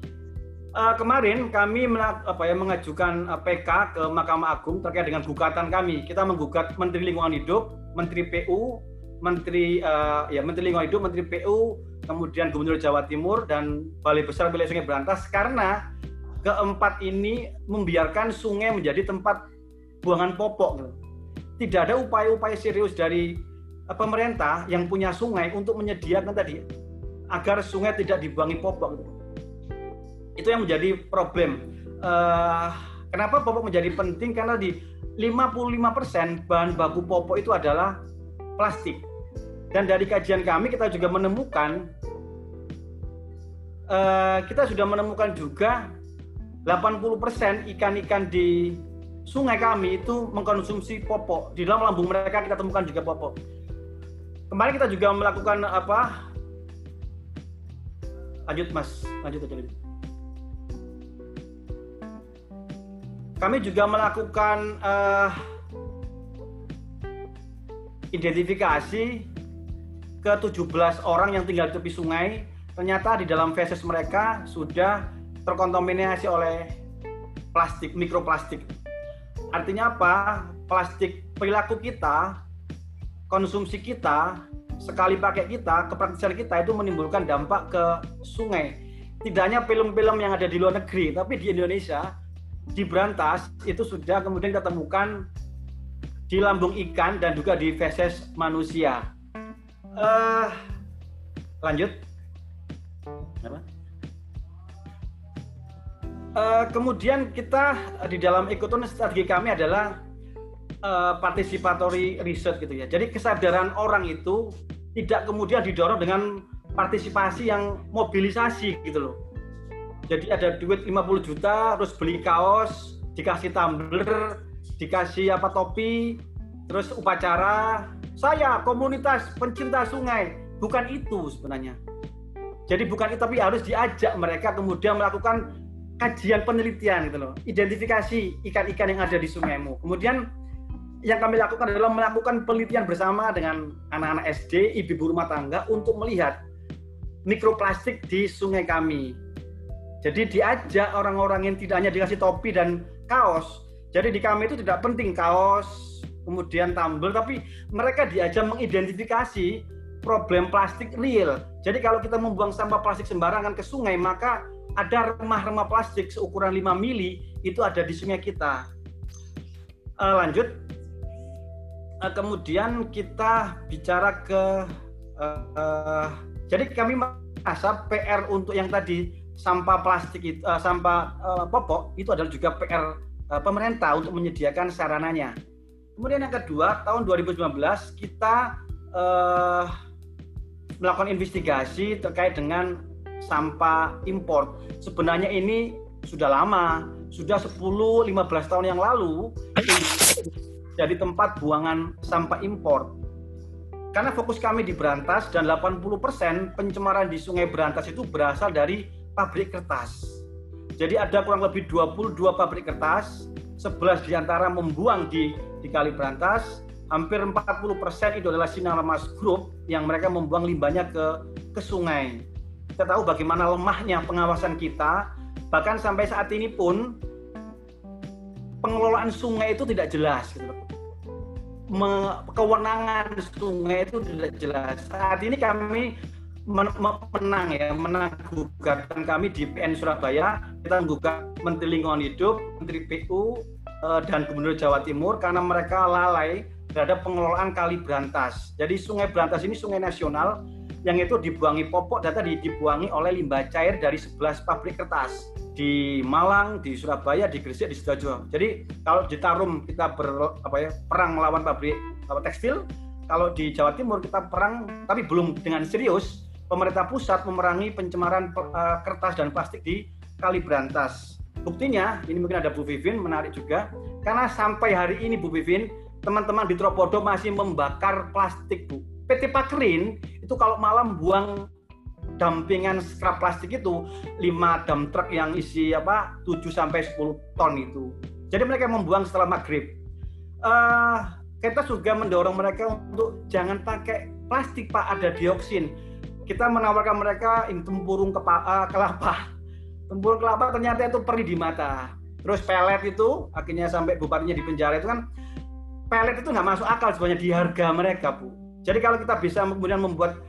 Uh, kemarin kami melak, apa ya, mengajukan uh, P K ke Mahkamah Agung terkait dengan gugatan kami. Kita menggugat Menteri Lingkungan Hidup, Menteri P U, Menteri uh, ya Menteri Lingkungan Hidup, Menteri P U, kemudian Gubernur Jawa Timur, dan Balai Besar Wilayah Sungai Berantas, karena keempat ini membiarkan sungai menjadi tempat buangan popok. Tidak ada upaya-upaya serius dari pemerintah yang punya sungai untuk menyediakan tadi agar sungai tidak dibuangi popok. Itu yang menjadi problem. Uh, kenapa popok menjadi penting? Karena di lima puluh lima persen bahan baku popok itu adalah plastik. Dan dari kajian kami kita juga menemukan uh, kita sudah menemukan juga delapan puluh persen ikan-ikan di sungai kami itu mengkonsumsi popok. Di dalam lambung mereka kita temukan juga popok. Kemarin kita juga melakukan apa? Lanjut Mas, lanjut aja. Kami juga melakukan uh, identifikasi ke tujuh belas orang yang tinggal di tepi sungai. Ternyata di dalam feses mereka sudah terkontaminasi oleh plastik, mikroplastik. Artinya apa? Plastik perilaku kita, konsumsi kita, sekali pakai kita, kepraktisan kita itu menimbulkan dampak ke sungai. Tidak hanya film-film yang ada di luar negeri, tapi di Indonesia, di Berantas itu sudah kemudian kita temukan di lambung ikan dan juga di feses manusia. Uh, lanjut. Apa? Uh, kemudian kita di dalam ekoton strategi kami adalah uh, participatory research gitu ya. Jadi kesadaran orang itu tidak kemudian didorong dengan partisipasi yang mobilisasi gitu loh. Jadi ada duit lima puluh juta, terus beli kaos, dikasih tumbler, dikasih apa topi, terus upacara. Saya komunitas pencinta sungai, bukan itu sebenarnya. Jadi bukan itu, tapi harus diajak mereka kemudian melakukan kajian penelitian gitu loh, identifikasi ikan-ikan yang ada di sungaimu. Kemudian yang kami lakukan adalah melakukan penelitian bersama dengan anak-anak S D, ibu-ibu rumah tangga untuk melihat mikroplastik di sungai kami. Jadi diajak orang-orang yang tidak hanya dikasih topi dan kaos. Jadi di kami itu tidak penting kaos, kemudian tumbler, tapi mereka diajak mengidentifikasi problem plastik real. Jadi kalau kita membuang sampah plastik sembarangan ke sungai, maka ada remah-remah plastik seukuran lima mili itu ada di sungai kita. Uh, lanjut. Uh, kemudian kita bicara ke, uh, uh, jadi kami merasa P R untuk yang tadi sampah plastik itu, uh, sampah uh, popok itu adalah juga P R uh, pemerintah untuk menyediakan sarananya. Kemudian yang kedua, tahun dua ribu sembilan belas kita uh, melakukan investigasi terkait dengan sampah impor. Sebenarnya ini sudah lama, sudah sepuluh sampai lima belas tahun yang lalu jadi tempat buangan sampah impor. Karena fokus kami di Berantas dan delapan puluh persen pencemaran di Sungai Berantas itu berasal dari pabrik kertas. Jadi ada kurang lebih dua puluh dua pabrik kertas, sebelas diantara membuang di di Kali Berantas, hampir empat puluh persen itu adalah Sinarmas Group yang mereka membuang limbahnya ke ke sungai. Kita tahu bagaimana lemahnya pengawasan kita, bahkan sampai saat ini pun pengelolaan sungai itu tidak jelas gitu. Me, kewenangan sungai itu tidak jelas. Saat ini kami men, menang ya, menang gugatan kami di P N Surabaya. Kita menggugat Menteri Lingkungan Hidup, Menteri P U dan Gubernur Jawa Timur karena mereka lalai terhadap pengelolaan Kali Berantas. Jadi Sungai Berantas ini sungai nasional yang itu dibuangi popok dan tadi dibuangi oleh limbah cair dari sebelas pabrik kertas di Malang, di Surabaya, di Gresik, di Sidoarjo. Jadi kalau di Tarum kita ber, apa ya, perang melawan pabrik apa, tekstil, kalau di Jawa Timur kita perang tapi belum dengan serius. Pemerintah pusat memerangi pencemaran uh, kertas dan plastik di Kali Berantas. Buktinya, ini mungkin ada Bu Vivin, menarik juga, karena sampai hari ini Bu Vivin, teman-teman di Tropodo masih membakar plastik Bu. P T Pakrin itu kalau malam buang dampingan scrap plastik itu lima dump truck yang isi apa tujuh sampai sepuluh ton itu. Jadi mereka membuang setelah maghrib. Uh, kita juga mendorong mereka untuk jangan pakai plastik Pak, ada dioksin. Kita menawarkan mereka tempurung kepa, uh, kelapa. Tempurung kelapa ternyata itu perih di mata. Terus pelet itu akhirnya sampai bupatinya di penjara itu kan, pelet itu nggak masuk akal sebenarnya di harga mereka Bu. Jadi kalau kita bisa kemudian membuat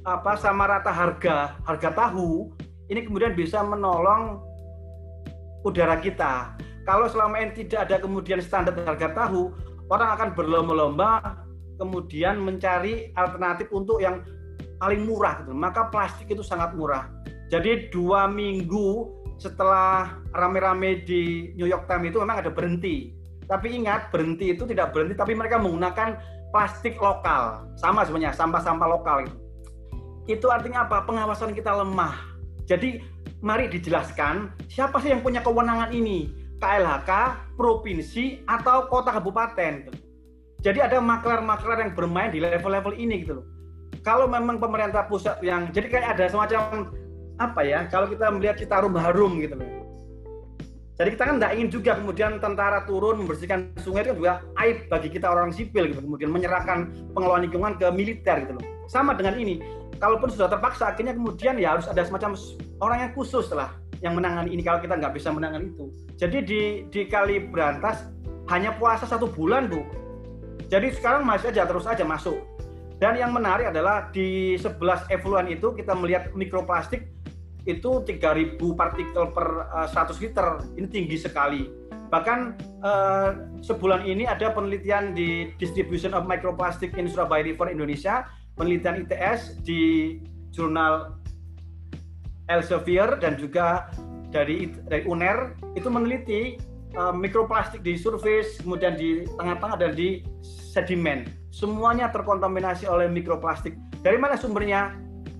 apa sama rata harga harga tahu, ini kemudian bisa menolong udara kita. Kalau selama ini tidak ada kemudian standar harga tahu, orang akan berlomba-lomba kemudian mencari alternatif untuk yang paling murah gitu. Maka plastik itu sangat murah. Jadi dua minggu setelah rame-rame di New York Times itu memang ada berhenti. Tapi ingat, berhenti itu tidak berhenti, tapi mereka menggunakan plastik lokal. Sama sebenarnya, sampah-sampah lokal itu. Itu artinya apa? Pengawasan kita lemah. Jadi mari dijelaskan siapa sih yang punya kewenangan ini? K L H K, provinsi, atau kota kabupaten. Gitu. Jadi ada maklar-maklar yang bermain di level-level ini gitu loh. Kalau memang pemerintah pusat yang, jadi kayak ada semacam apa ya? Kalau kita melihat Citarum harum gitu loh. Jadi kita kan tidak ingin juga kemudian tentara turun membersihkan sungai, itu juga aib bagi kita orang sipil gitu. Kemudian menyerahkan pengelolaan lingkungan ke militer gitu loh. Sama dengan ini, kalaupun sudah terpaksa, akhirnya kemudian ya harus ada semacam orang yang khusus lah yang menangani ini kalau kita nggak bisa menangani itu. Jadi di di Kali Brantas hanya puasa satu bulan Bu. Jadi sekarang masih aja terus aja masuk. Dan yang menarik adalah di sebelas effluent itu kita melihat mikroplastik itu tiga ribu partikel per uh, seratus liter, ini tinggi sekali. Bahkan uh, sebulan ini ada penelitian di Distribution of Microplastic in Surabaya River Indonesia, penelitian I T S di jurnal Elsevier dan juga dari, dari U N E R itu meneliti uh, mikroplastik di surface, kemudian di tengah-tengah dan di sedimen. Semuanya terkontaminasi oleh mikroplastik. Dari mana sumbernya?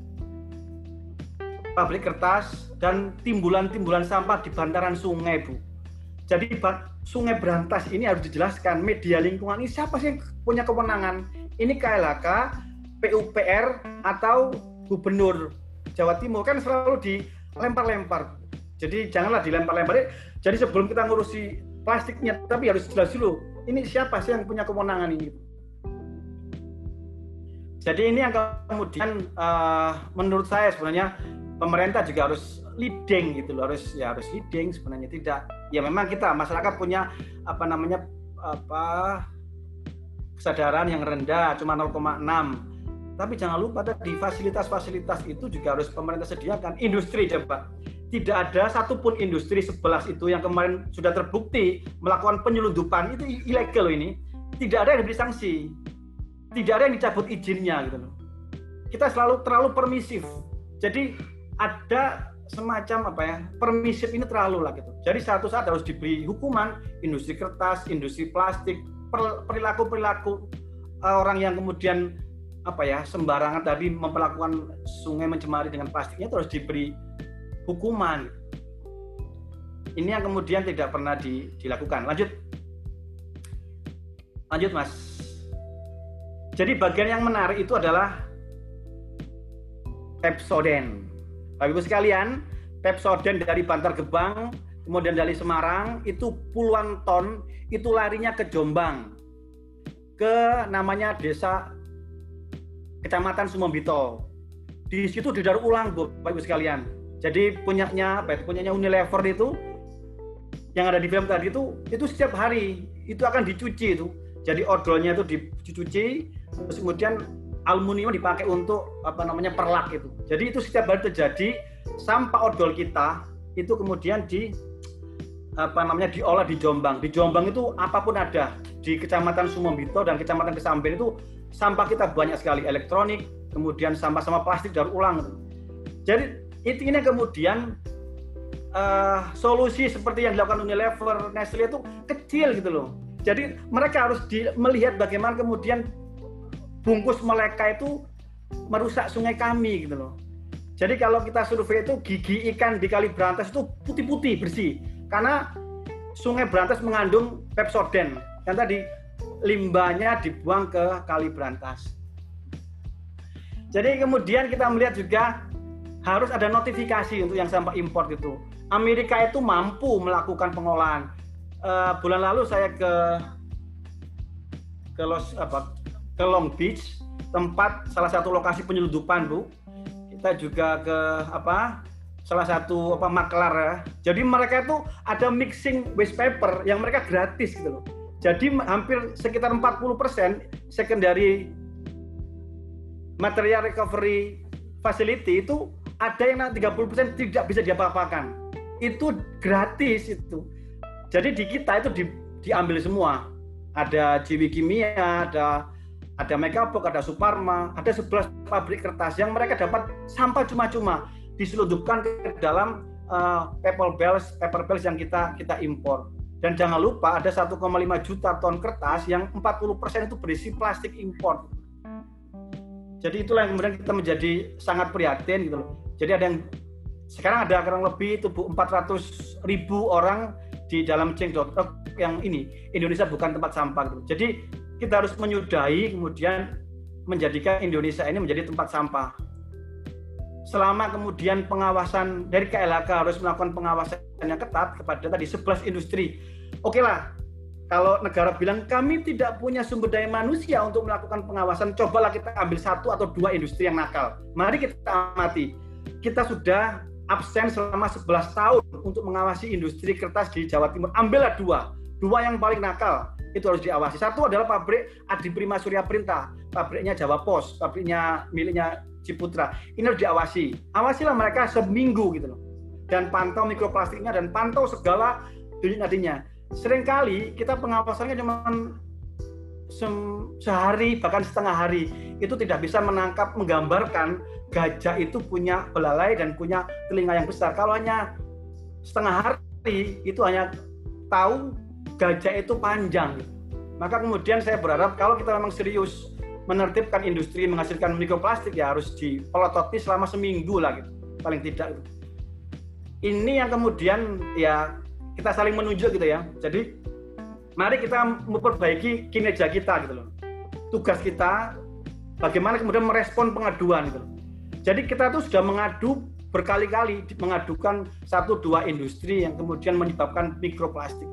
Pabrik kertas dan timbulan-timbulan sampah di bantaran sungai, Bu. Jadi Sungai Brantas ini harus dijelaskan, media lingkungan ini siapa sih yang punya kewenangan? Ini K L H K, P U P R, atau Gubernur Jawa Timur, kan selalu dilempar-lempar. Jadi janganlah dilempar-lempar. Jadi sebelum kita ngurusi plastiknya, tapi harus jelas dulu, ini siapa sih yang punya kewenangan ini? Jadi ini yang kemudian uh, menurut saya sebenarnya pemerintah juga harus leading gitu loh, harus ya harus leading sebenarnya. Tidak, ya memang kita masyarakat punya apa namanya apa kesadaran yang rendah, cuma nol koma enam. Tapi jangan lupa tadi fasilitas-fasilitas itu juga harus pemerintah sediakan. Industri coba, tidak ada satupun industri sebelas itu yang kemarin sudah terbukti melakukan penyelundupan, itu ilegal loh ini. Tidak ada yang diberi sanksi, tidak ada yang dicabut izinnya gitu loh. Kita selalu terlalu permisif. Jadi ada semacam apa ya, permisif ini terlalu lah gitu. Jadi satu saat harus diberi hukuman industri kertas, industri plastik, perilaku-perilaku orang yang kemudian apa ya sembarangan tadi memperlakukan sungai mencemari dengan plastiknya terus diberi hukuman. Ini yang kemudian tidak pernah di, dilakukan. Lanjut, lanjut Mas. Jadi bagian yang menarik itu adalah Pepsodent. Bapak Ibu sekalian, Pepsodent dari Bantar Gebang, kemudian dari Semarang, itu puluhan ton, itu larinya ke Jombang, ke namanya desa Kecamatan Sumombito. Di situ didaur ulang, Bapak Ibu sekalian. Jadi punyanya, apa itu, punyanya Unilever itu, yang ada di film tadi itu, itu setiap hari itu akan dicuci itu. Jadi odolnya itu dicuci, terus kemudian aluminium dipakai untuk apa namanya perlak itu. Jadi itu setiap hari terjadi, sampah odol kita itu kemudian di apa namanya diolah di Jombang. Di Jombang itu apapun ada. Di Kecamatan Sumombito dan Kecamatan Kesamben itu sampah kita banyak sekali, elektronik, kemudian sampah-sampah plastik daur ulang. Jadi itu ini kemudian uh, solusi seperti yang dilakukan Unilever, Nestle itu kecil gitu loh. Jadi mereka harus di, melihat bagaimana kemudian bungkus mereka itu merusak sungai kami gitu loh. Jadi kalau kita survei itu gigi ikan di Kali Brantas itu putih-putih bersih karena Sungai Brantas mengandung Pepsodent yang tadi limbahnya dibuang ke Kali Brantas. Jadi kemudian kita melihat juga harus ada notifikasi untuk yang sampah impor itu. Amerika itu mampu melakukan pengolahan. Uh, bulan lalu saya ke ke Los apa ke Long Beach, tempat salah satu lokasi penyelundupan, Bu. Kita juga ke apa salah satu apa maklar ya. Jadi mereka itu ada mixing waste paper yang mereka gratis gitu loh. Jadi hampir sekitar empat puluh persen secondary material recovery facility itu ada yang tiga puluh persen tidak bisa diapa-apakan. Itu gratis itu. Jadi di kita itu di, diambil semua. Ada Jiwi Kimia, ada ada Megapok, ada Suparma, ada sebelas pabrik kertas yang mereka dapat sampah cuma-cuma diselundupkan ke dalam uh, paper bells, paper bells yang kita kita impor. Dan jangan lupa ada satu koma lima juta ton kertas yang empat puluh persen itu berisi plastik impor. Jadi itulah yang kemudian kita menjadi sangat prihatin gitu loh. Jadi ada yang sekarang ada kurang lebih itu Bu empat ratus ribu orang di dalam change dot org yang ini Indonesia bukan tempat sampah gitu. Jadi kita harus menyudahi kemudian menjadikan Indonesia ini menjadi tempat sampah. Selama kemudian pengawasan dari K L H K harus melakukan pengawasan yang ketat kepada tadi sebelas industri. Oke lah, kalau negara bilang kami tidak punya sumber daya manusia untuk melakukan pengawasan, cobalah kita ambil satu atau dua industri yang nakal. Mari kita amati. Kita sudah absen selama sebelas tahun untuk mengawasi industri kertas di Jawa Timur. Ambillah dua. Dua yang paling nakal itu harus diawasi. Satu adalah pabrik Adiprima Surya Printa, pabriknya Jawa Pos, pabriknya miliknya Ciputra. Ini harus diawasi. Awasilah mereka seminggu gitu loh. Dan pantau mikroplastiknya dan pantau segala denyut-nadinya. Seringkali kita pengawasannya cuma sehari bahkan setengah hari. Itu tidak bisa menangkap, menggambarkan gajah itu punya belalai dan punya telinga yang besar. Kalau hanya setengah hari itu hanya tahu gajah itu panjang. Maka kemudian saya berharap kalau kita memang serius menertibkan industri menghasilkan mikroplastik ya harus dipelototi selama seminggu lah gitu, paling tidak. Ini yang kemudian ya kita saling menunjuk gitu ya. Jadi mari kita memperbaiki kinerja kita gitu loh. Tugas kita bagaimana kemudian merespon pengaduan gitu loh. Jadi kita tuh sudah mengadu berkali-kali mengadukan satu dua industri yang kemudian menyebabkan mikroplastik.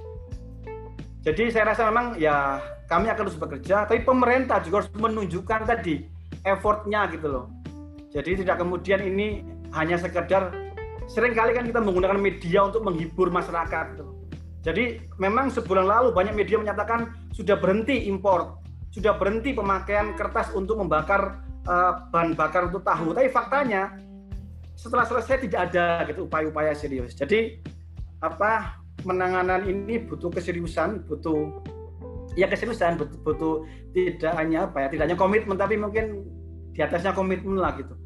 Jadi saya rasa memang ya kami akan terus bekerja, tapi pemerintah juga harus menunjukkan tadi effortnya gitu loh. Jadi tidak kemudian ini hanya sekedar seringkali kan kita menggunakan media untuk menghibur masyarakat gitu loh. Jadi memang sebulan lalu banyak media menyatakan sudah berhenti impor, sudah berhenti pemakaian kertas untuk membakar uh, bahan bakar untuk tahu. Tapi faktanya setelah selesai tidak ada gitu upaya-upaya serius. Jadi apa penanganan ini butuh keseriusan, butuh ya keseriusan, butuh, butuh tidak hanya apa ya, tidak hanya komitmen tapi mungkin di atasnya komitmen lah gitu.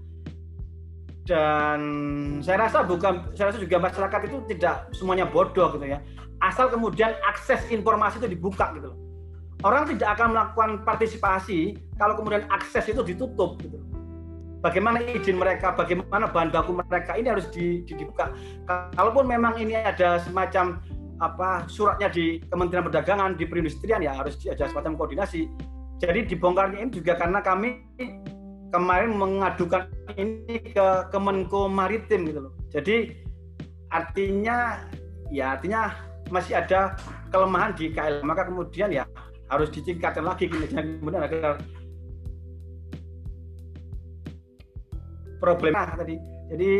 Dan saya rasa bukan, saya rasa juga masyarakat itu tidak semuanya bodoh gitu ya. Asal kemudian akses informasi itu dibuka gitu loh. Orang tidak akan melakukan partisipasi kalau kemudian akses itu ditutup gitu. Bagaimana izin mereka, bagaimana bahan baku mereka, ini harus dibuka. Kalaupun memang ini ada semacam apa suratnya di Kementerian Perdagangan, di Perindustrian ya harus ada semacam koordinasi. Jadi dibongkarnya ini juga karena kami kemarin mengadukan ini ke Kemenko Maritim gitu loh. Jadi artinya ya artinya masih ada kelemahan di K L, maka kemudian ya harus ditingkatkan lagi kinerjanya kemudian agar problema tadi. Jadi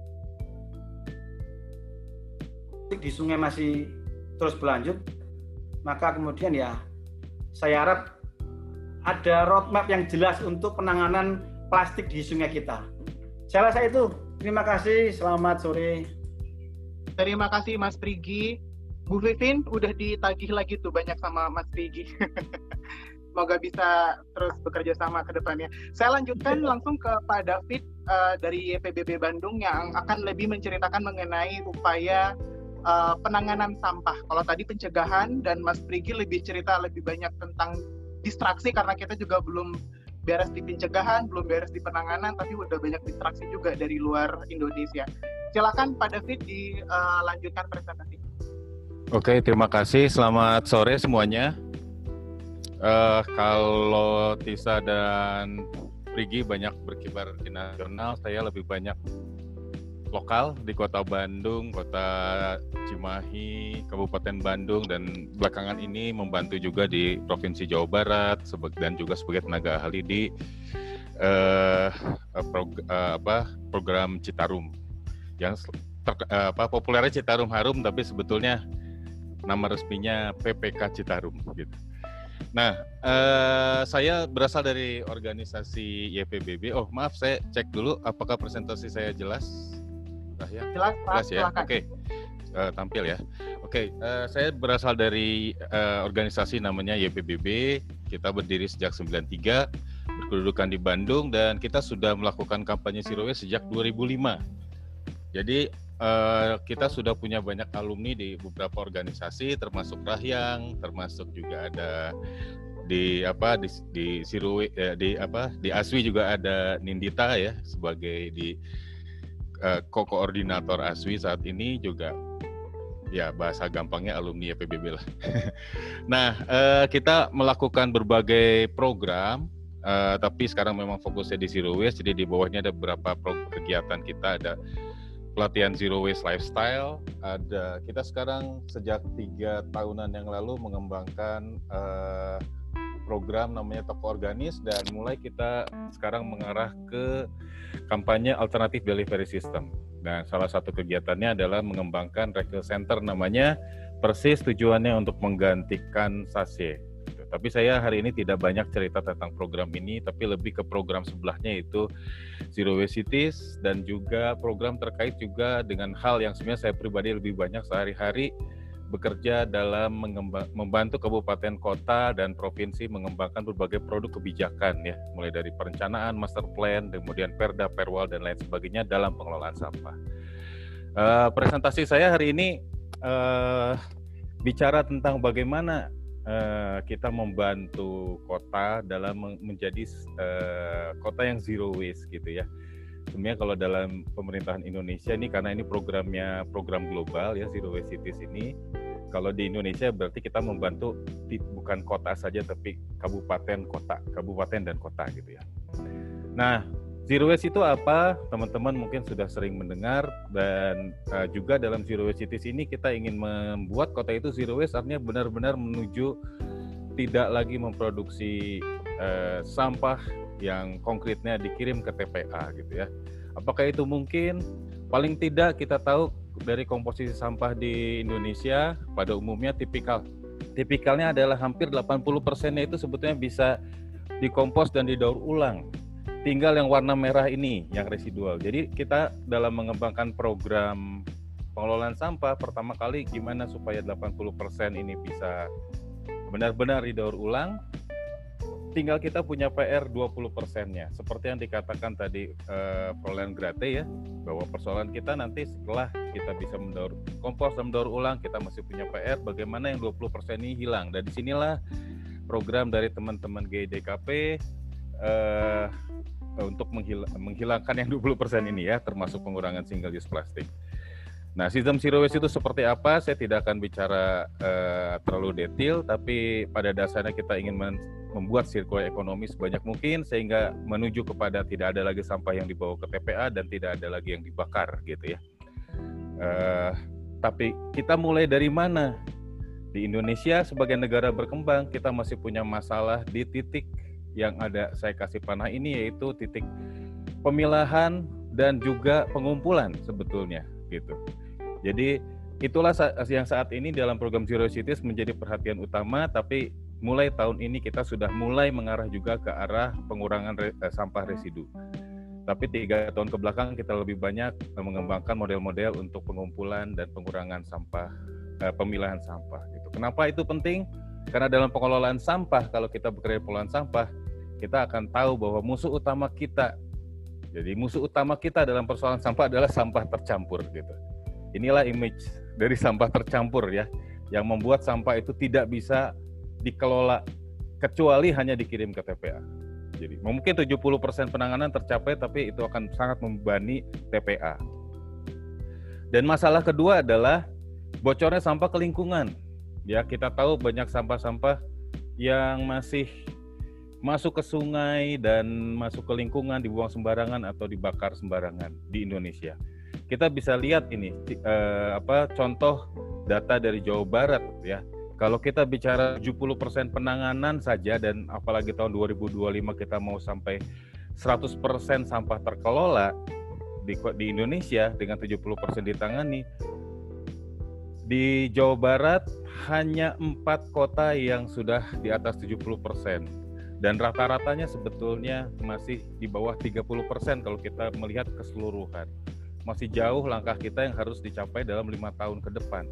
di sungai masih terus berlanjut, maka kemudian ya saya harap ada roadmap yang jelas untuk penanganan plastik di sungai kita. Saya rasa itu. Terima kasih, selamat sore. Terima kasih Mas Prigi. Bu Vivin udah ditagih lagi tuh banyak sama Mas Prigi. Semoga bisa terus bekerja sama ke depannya. Saya lanjutkan langsung ke Pak David uh, dari Y P B B Bandung yang akan lebih menceritakan mengenai upaya uh, penanganan sampah. Kalau tadi pencegahan dan Mas Prigi lebih cerita lebih banyak tentang distraksi karena kita juga belum beres di pencegahan, belum beres di penanganan, tapi udah banyak distraksi juga dari luar Indonesia. Silakan Pak David dilanjutkan uh, presentasi. Oke, terima kasih. Selamat sore semuanya. Uh, kalau Tisa dan Prigi banyak berkibar di nasional, saya lebih banyak lokal di Kota Bandung, Kota Cimahi, Kabupaten Bandung, dan belakangan ini membantu juga di Provinsi Jawa Barat dan juga sebagai tenaga ahli di uh, prog- uh, apa, program Citarum yang ter, uh, apa, populernya Citarum Harum, tapi sebetulnya nama resminya P P K Citarum gitu. Nah, uh, saya berasal dari organisasi Y P B B. Oh, maaf, saya cek dulu apakah presentasi saya jelas. Ya? Jelas, Pak. Jelas ya. Oke, okay. uh, tampil ya. Oke, okay. uh, saya berasal dari uh, organisasi namanya Y P B B. Kita berdiri sejak sembilan puluh tiga, berkedudukan di Bandung, dan kita sudah melakukan kampanye Zero Waste sejak dua ribu lima. Jadi uh, kita sudah punya banyak alumni di beberapa organisasi, termasuk Rahyang, termasuk juga ada di apa di di Zero eh, di apa di ASWI juga ada Nindita ya sebagai di uh, ko-koordinator ASWI saat ini juga. Ya, bahasa gampangnya alumni Y P B B lah. Nah, uh, kita melakukan berbagai program, uh, tapi sekarang memang fokusnya di Zero Waste. Jadi di bawahnya ada beberapa pro- kegiatan kita, ada pelatihan Zero Waste Lifestyle. Ada kita sekarang sejak tiga tahunan yang lalu mengembangkan uh, program namanya Toko Organis, dan mulai kita sekarang mengarah ke kampanye alternatif delivery system. Dan salah satu kegiatannya adalah mengembangkan refill center, namanya persis tujuannya untuk menggantikan sachet. Tapi saya hari ini tidak banyak cerita tentang program ini, tapi lebih ke program sebelahnya, yaitu Zero Waste Cities, dan juga program terkait juga dengan hal yang sebenarnya saya pribadi lebih banyak sehari-hari bekerja dalam mengembang, membantu kabupaten, kota, dan provinsi mengembangkan berbagai produk kebijakan ya, mulai dari perencanaan, master plan, kemudian perda, perwal, dan lain sebagainya dalam pengelolaan sampah. Uh, presentasi saya hari ini uh, bicara tentang bagaimana Uh, kita membantu kota dalam menjadi uh, kota yang zero waste gitu ya. Sebenarnya kalau dalam pemerintahan Indonesia ini, karena ini programnya program global ya, Zero Waste Cities ini, kalau di Indonesia berarti kita membantu bukan kota saja tapi kabupaten, kota, kabupaten dan kota gitu ya. Nah, Zero Waste itu apa? Teman-teman mungkin sudah sering mendengar, dan uh, juga dalam Zero Waste Cities ini kita ingin membuat kota itu zero waste, artinya benar-benar menuju tidak lagi memproduksi uh, sampah yang konkretnya dikirim ke T P A gitu ya. Apakah itu mungkin? Paling tidak kita tahu dari komposisi sampah di Indonesia pada umumnya tipikal. Tipikalnya adalah hampir delapan puluh persennya itu sebetulnya bisa dikompos dan didaur ulang. Tinggal yang warna merah ini, yang residual. Jadi kita dalam mengembangkan program pengelolaan sampah, pertama kali gimana supaya delapan puluh persen ini bisa benar-benar didaur ulang. Tinggal kita punya P R dua puluh persennya. Seperti yang dikatakan tadi eh, Prolen Grate ya, bahwa persoalan kita nanti setelah kita bisa mendaur kompos dan mendaur ulang, kita masih punya P R bagaimana yang dua puluh persen ini hilang. Dan disinilah program dari teman-teman G D K P eh, untuk menghil- menghilangkan yang dua puluh persen ini ya, termasuk pengurangan single use plastik. Nah, sistem zero waste itu seperti apa? Saya tidak akan bicara uh, terlalu detail, tapi pada dasarnya kita ingin men- membuat sirkular ekonomi sebanyak mungkin sehingga menuju kepada tidak ada lagi sampah yang dibawa ke T P A dan tidak ada lagi yang dibakar gitu ya. Uh, tapi kita mulai dari mana? Di Indonesia sebagai negara berkembang, kita masih punya masalah di titik yang ada saya kasih panah ini, yaitu titik pemilahan dan juga pengumpulan sebetulnya gitu. Jadi itulah yang saat ini dalam program Zero Cities menjadi perhatian utama, tapi mulai tahun ini kita sudah mulai mengarah juga ke arah pengurangan re, eh, sampah residu. Tapi tiga tahun ke belakang kita lebih banyak mengembangkan model-model untuk pengumpulan dan pengurangan sampah, eh, pemilahan sampah gitu. Kenapa itu penting? Karena dalam pengelolaan sampah, kalau kita bekerja di pengelolaan sampah, kita akan tahu bahwa musuh utama kita, jadi musuh utama kita dalam persoalan sampah adalah sampah tercampur gitu. Inilah image dari sampah tercampur ya, yang membuat sampah itu tidak bisa dikelola kecuali hanya dikirim ke T P A. Jadi mungkin tujuh puluh persen penanganan tercapai, tapi itu akan sangat membebani T P A. Dan masalah kedua adalah bocornya sampah ke lingkungan. Ya, kita tahu banyak sampah-sampah yang masih masuk ke sungai dan masuk ke lingkungan, dibuang sembarangan atau dibakar sembarangan di Indonesia. Kita bisa lihat ini eh, apa contoh data dari Jawa Barat ya. Kalau kita bicara tujuh puluh persen penanganan saja, dan apalagi tahun dua ribu dua puluh lima kita mau sampai seratus persen sampah terkelola di, di Indonesia dengan tujuh puluh persen ditangani, Di Jawa Barat hanya empat kota yang sudah di atas tujuh puluh persen. Dan rata-ratanya sebetulnya masih di bawah tiga puluh persen kalau kita melihat keseluruhan. Masih jauh langkah kita yang harus dicapai dalam lima tahun ke depan.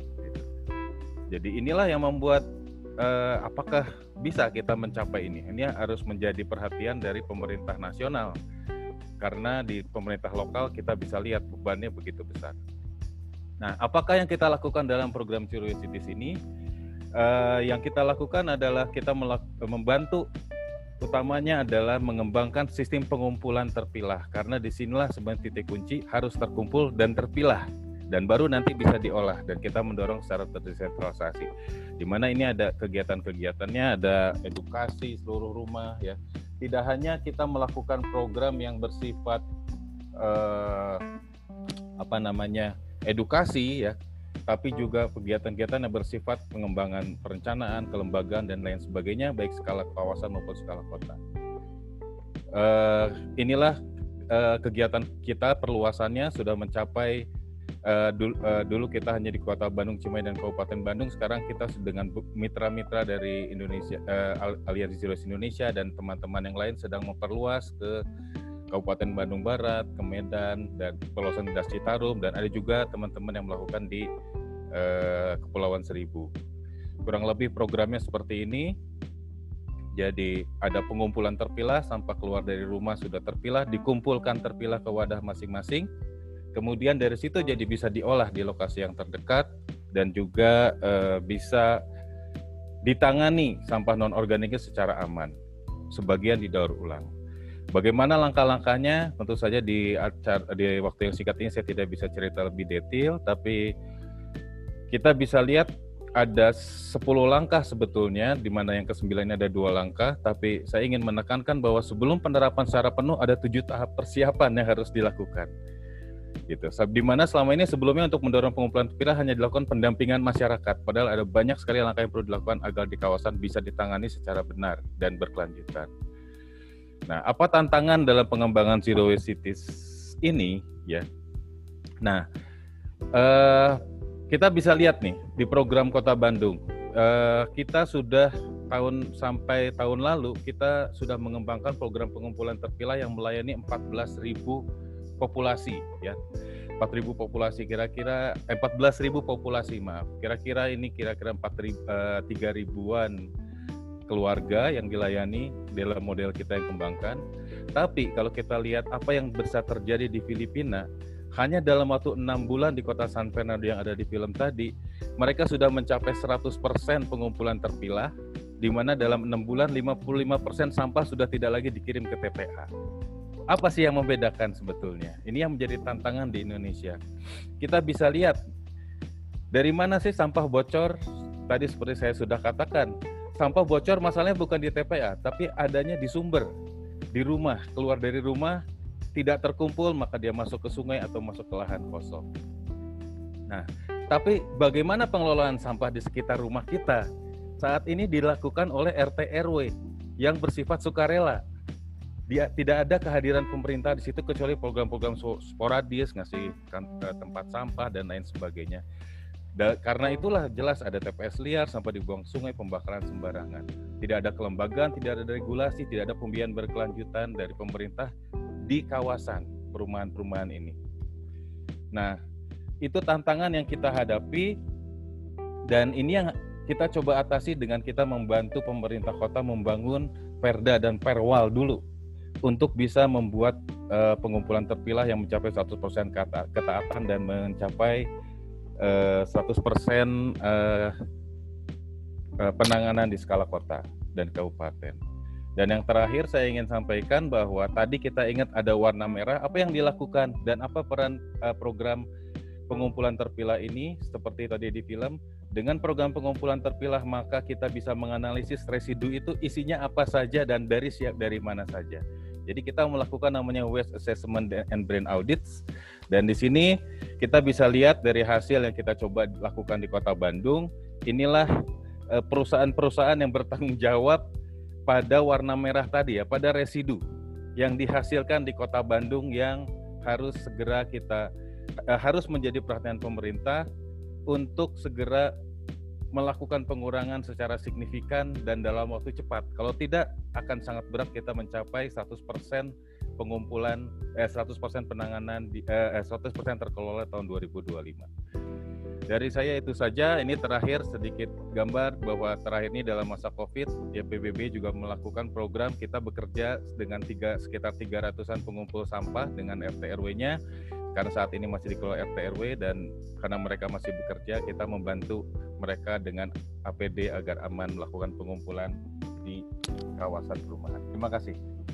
Jadi inilah yang membuat eh, apakah bisa kita mencapai ini. Ini harus menjadi perhatian dari pemerintah nasional. Karena di pemerintah lokal kita bisa lihat bebannya begitu besar. Nah, apakah yang kita lakukan dalam program Zero Waste Cities ini? Eh, yang kita lakukan adalah kita melak- membantu utamanya adalah mengembangkan sistem pengumpulan terpilah, karena disinilah sebenarnya titik kunci harus terkumpul dan terpilah dan baru nanti bisa diolah, dan kita mendorong secara terdesentralisasi di mana ini ada kegiatan-kegiatannya, ada edukasi seluruh rumah ya. Tidak hanya kita melakukan program yang bersifat eh, apa namanya edukasi ya, tapi juga kegiatan-kegiatan yang bersifat pengembangan perencanaan, kelembagaan, dan lain sebagainya, baik skala kawasan maupun skala kota. Uh, inilah uh, kegiatan kita, perluasannya sudah mencapai, uh, dulu, uh, dulu kita hanya di Kota Bandung, Cimahi, dan Kabupaten Bandung, sekarang kita dengan mitra-mitra dari Indonesia, uh, Aliansi Zero Waste Indonesia, dan teman-teman yang lain sedang memperluas ke Kabupaten Bandung Barat, ke Medan, dan Kepulauan Das Citarum, dan ada juga teman-teman yang melakukan di eh, Kepulauan Seribu. Kurang lebih programnya seperti ini. Jadi ada pengumpulan terpilah, sampah keluar dari rumah sudah terpilah, dikumpulkan terpilah ke wadah masing-masing. Kemudian dari situ jadi bisa diolah di lokasi yang terdekat, dan juga eh, bisa ditangani sampah non-organiknya secara aman. Sebagian didaur ulang. Bagaimana langkah-langkahnya? Tentu saja di, acara, di waktu yang singkat ini saya tidak bisa cerita lebih detail, tapi kita bisa lihat ada sepuluh langkah sebetulnya, di mana yang kesembilan ada dua langkah, tapi saya ingin menekankan bahwa sebelum penerapan secara penuh ada tujuh tahap persiapan yang harus dilakukan. Gitu. Di mana selama ini sebelumnya untuk mendorong pengumpulan terpilah hanya dilakukan pendampingan masyarakat, padahal ada banyak sekali langkah yang perlu dilakukan agar di kawasan bisa ditangani secara benar dan berkelanjutan. Nah, apa tantangan dalam pengembangan Zero Waste Cities ini ya? Nah, eh, kita bisa lihat nih di program Kota Bandung, eh, kita sudah tahun sampai tahun lalu kita sudah mengembangkan program pengumpulan terpilah yang melayani empat belas ribu populasi ya. empat ribu populasi kira-kira eh, empat belas ribu populasi maaf. Kira-kira ini kira-kira empat ribu, eh, tiga ribuan keluarga yang dilayani dalam model kita yang kembangkan. Tapi kalau kita lihat apa yang bisa terjadi di Filipina, hanya dalam waktu enam bulan di kota San Fernando yang ada di film tadi, mereka sudah mencapai seratus persen pengumpulan terpilah, di mana dalam enam bulan lima puluh lima persen sampah sudah tidak lagi dikirim ke T P A. Apa sih yang membedakan sebetulnya? Ini yang menjadi tantangan di Indonesia. Kita bisa lihat dari mana sih sampah bocor. Tadi seperti saya sudah katakan, sampah bocor masalahnya bukan di T P A, tapi adanya di sumber, di rumah. Keluar dari rumah, tidak terkumpul, maka dia masuk ke sungai atau masuk ke lahan kosong. Nah, tapi bagaimana pengelolaan sampah di sekitar rumah kita? Saat ini dilakukan oleh R T R W yang bersifat sukarela. Dia, tidak ada kehadiran pemerintah di situ kecuali program-program sporadis, ngasih tempat sampah dan lain sebagainya. Da, karena itulah jelas ada T P S liar, sampah dibuang sungai, pembakaran sembarangan. Tidak ada kelembagaan, tidak ada regulasi, tidak ada pembiayaan berkelanjutan dari pemerintah di kawasan perumahan-perumahan ini. Nah, itu tantangan yang kita hadapi, dan ini yang kita coba atasi dengan kita membantu pemerintah kota membangun perda dan perwal dulu untuk bisa membuat uh, pengumpulan terpilah yang mencapai seratus persen ketaatan dan mencapai Uh, seratus persen uh, uh, penanganan di skala kota dan kabupaten. Dan yang terakhir saya ingin sampaikan bahwa tadi kita ingat ada warna merah, apa yang dilakukan dan apa peran uh, program pengumpulan terpilah ini seperti tadi di film. Dengan program pengumpulan terpilah maka kita bisa menganalisis residu itu isinya apa saja dan dari siap dari mana saja. Jadi kita melakukan namanya waste assessment and brain audits, dan di sini kita bisa lihat dari hasil yang kita coba lakukan di Kota Bandung, inilah perusahaan-perusahaan yang bertanggung jawab pada warna merah tadi ya, pada residu yang dihasilkan di Kota Bandung yang harus segera kita harus menjadi perhatian pemerintah untuk segera melakukan pengurangan secara signifikan dan dalam waktu cepat. Kalau tidak, akan sangat berat kita mencapai seratus persen pengumpulan, eh, seratus persen penanganan, di, eh, seratus persen terkelola tahun dua ribu dua puluh lima. Dari saya itu saja. Ini terakhir sedikit gambar bahwa terakhir ini dalam masa COVID, ya P B B juga melakukan program. Kita bekerja dengan tiga, sekitar tiga ratusan pengumpul sampah dengan R T R W-nya. Karena saat ini masih dikelola R T R W dan karena mereka masih bekerja, kita membantu mereka dengan A P D agar aman melakukan pengumpulan di kawasan perumahan. Terima kasih.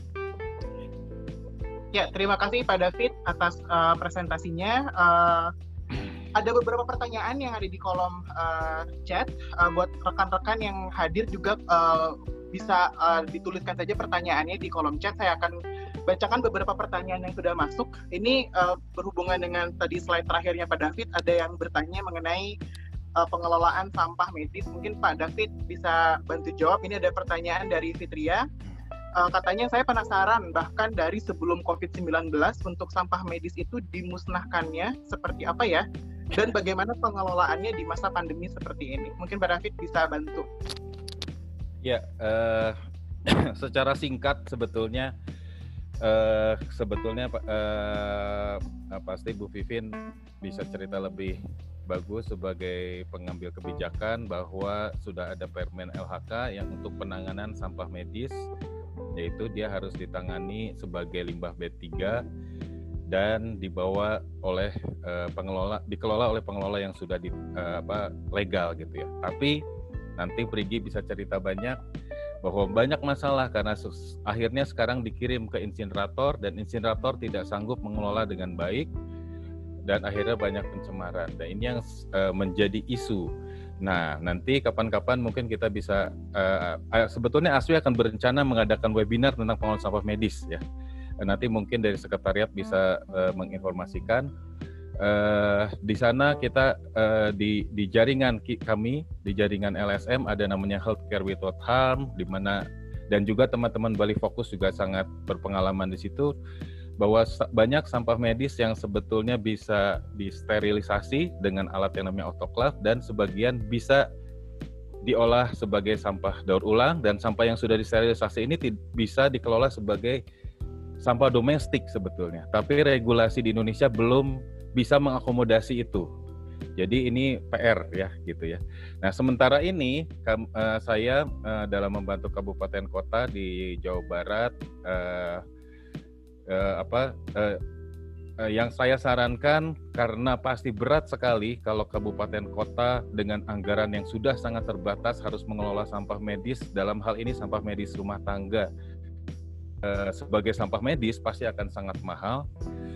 Ya, terima kasih Pak David atas uh, presentasinya. Uh, ada beberapa pertanyaan yang ada di kolom uh, chat. Uh, buat rekan-rekan yang hadir juga uh, bisa uh, dituliskan saja pertanyaannya di kolom chat. Saya akan bacakan beberapa pertanyaan yang sudah masuk. Ini uh, berhubungan dengan tadi slide terakhirnya Pak David. Ada yang bertanya mengenai uh, pengelolaan sampah medis. Mungkin Pak David bisa bantu jawab. Ini ada pertanyaan dari Fitria. Uh, katanya saya penasaran, bahkan dari sebelum covid sembilan belas untuk sampah medis itu dimusnahkannya seperti apa ya? Dan bagaimana pengelolaannya di masa pandemi seperti ini? Mungkin Pak David bisa bantu. Ya, uh, secara singkat sebetulnya uh, sebetulnya uh, pasti Bu Vivin bisa cerita lebih bagus sebagai pengambil kebijakan bahwa sudah ada Permen L H K yang untuk penanganan sampah medis, yaitu dia harus ditangani sebagai limbah B tiga dan dibawa oleh uh, pengelola, dikelola oleh pengelola yang sudah di, uh, apa, legal gitu ya. Tapi nanti Prigi bisa cerita banyak bahwa banyak masalah karena sus, akhirnya sekarang dikirim ke insinerator dan insinerator tidak sanggup mengelola dengan baik dan akhirnya banyak pencemaran. Dan ini yang uh, menjadi isu. Nah, nanti kapan-kapan mungkin kita bisa, uh, uh, sebetulnya A S W I akan berencana mengadakan webinar tentang pengelolaan sampah medis ya. Uh, nanti mungkin dari sekretariat bisa uh, menginformasikan. Uh, di sana kita uh, di, di jaringan kami, di jaringan L S M ada namanya Healthcare Without Harm, di mana dan juga teman-teman Bali Fokus juga sangat berpengalaman di situ, bahwa banyak sampah medis yang sebetulnya bisa disterilisasi dengan alat yang namanya autoclave dan sebagian bisa diolah sebagai sampah daur ulang dan sampah yang sudah disterilisasi ini bisa dikelola sebagai sampah domestik sebetulnya. Tapi regulasi di Indonesia belum bisa mengakomodasi itu. Jadi ini P R ya gitu ya. Nah, sementara ini uh, saya uh, dalam membantu kabupaten kota di Jawa Barat uh, Uh, apa uh, uh, yang saya sarankan, karena pasti berat sekali kalau kabupaten kota dengan anggaran yang sudah sangat terbatas harus mengelola sampah medis, dalam hal ini sampah medis rumah tangga uh, sebagai sampah medis pasti akan sangat mahal.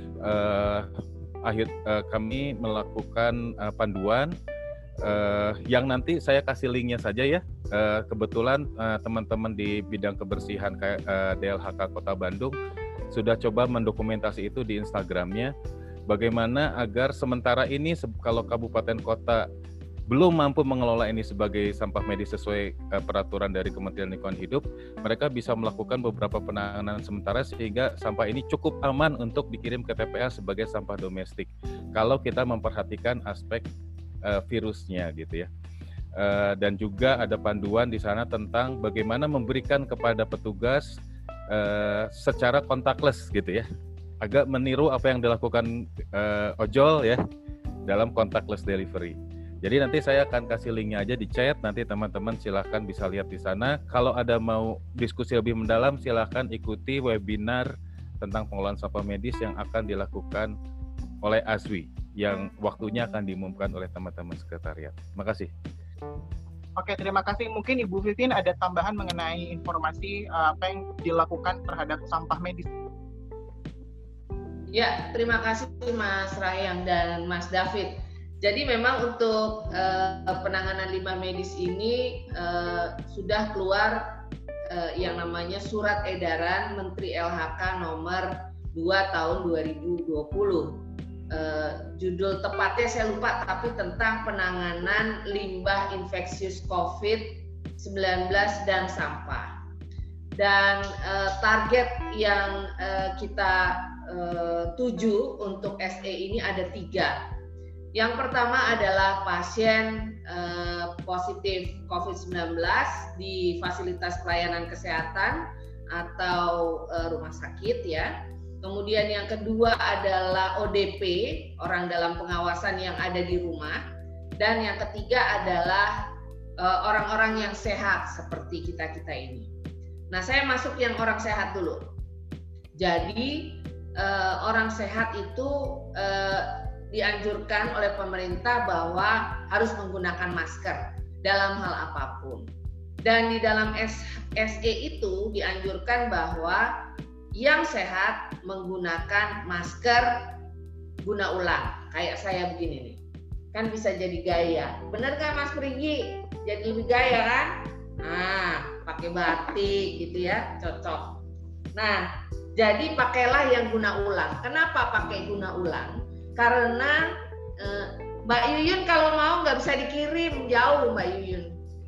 Uh, akhir uh, kami melakukan uh, panduan uh, yang nanti saya kasih linknya saja ya. Uh, kebetulan uh, teman-teman di bidang kebersihan kayak uh, D L H K Kota Bandung sudah coba mendokumentasi itu di Instagramnya, bagaimana agar sementara ini kalau kabupaten kota belum mampu mengelola ini sebagai sampah medis sesuai uh, peraturan dari Kementerian Lingkungan Hidup, mereka bisa melakukan beberapa penanganan sementara sehingga sampah ini cukup aman untuk dikirim ke T P A sebagai sampah domestik. Kalau kita memperhatikan aspek uh, virusnya gitu ya. Uh, dan juga ada panduan di sana tentang bagaimana memberikan kepada petugas Uh, secara contactless gitu ya, agak meniru apa yang dilakukan uh, ojol ya dalam contactless delivery. Jadi nanti saya akan kasih linknya aja di chat, nanti teman-teman silahkan bisa lihat di sana. Kalau ada mau diskusi lebih mendalam, silahkan ikuti webinar tentang pengelolaan sampah medis yang akan dilakukan oleh A S W I, yang waktunya akan diumumkan oleh teman-teman sekretariat. Terima kasih. Oke, terima kasih. Mungkin Ibu Vivin ada tambahan mengenai informasi uh, apa yang dilakukan terhadap sampah medis. Ya, terima kasih Mas Rayang dan Mas David. Jadi memang untuk uh, penanganan limbah medis ini uh, sudah keluar uh, yang namanya Surat Edaran Menteri L H K nomor dua tahun dua ribu dua puluh. Uh, judul tepatnya saya lupa, tapi tentang penanganan limbah infeksius covid sembilan belas dan sampah. Dan uh, target yang uh, kita uh, tuju untuk S E ini ada tiga. Yang pertama adalah pasien eh, positif covid sembilan belas di fasilitas pelayanan kesehatan atau eh, rumah sakit ya. Kemudian yang kedua adalah O D P, orang dalam pengawasan yang ada di rumah. Dan yang ketiga adalah eh, orang-orang yang sehat seperti kita-kita ini. Nah, saya masuk yang orang sehat dulu. Jadi eh, orang sehat itu eh, dianjurkan oleh pemerintah bahwa harus menggunakan masker dalam hal apapun. Dan di dalam S E itu dianjurkan bahwa yang sehat menggunakan masker guna ulang. Kayak saya begini nih. Kan bisa jadi gaya. Bener kan Mas Prigi? Jadi lebih gaya kan? Nah, pakai batik gitu ya, cocok. Nah, jadi pakailah yang guna ulang. Kenapa pakai guna ulang? Karena eh, Mbak Yuyun kalau mau nggak bisa dikirim jauh Mbak Yuyun.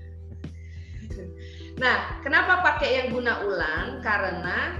Nah, kenapa pakai yang guna ulang? Karena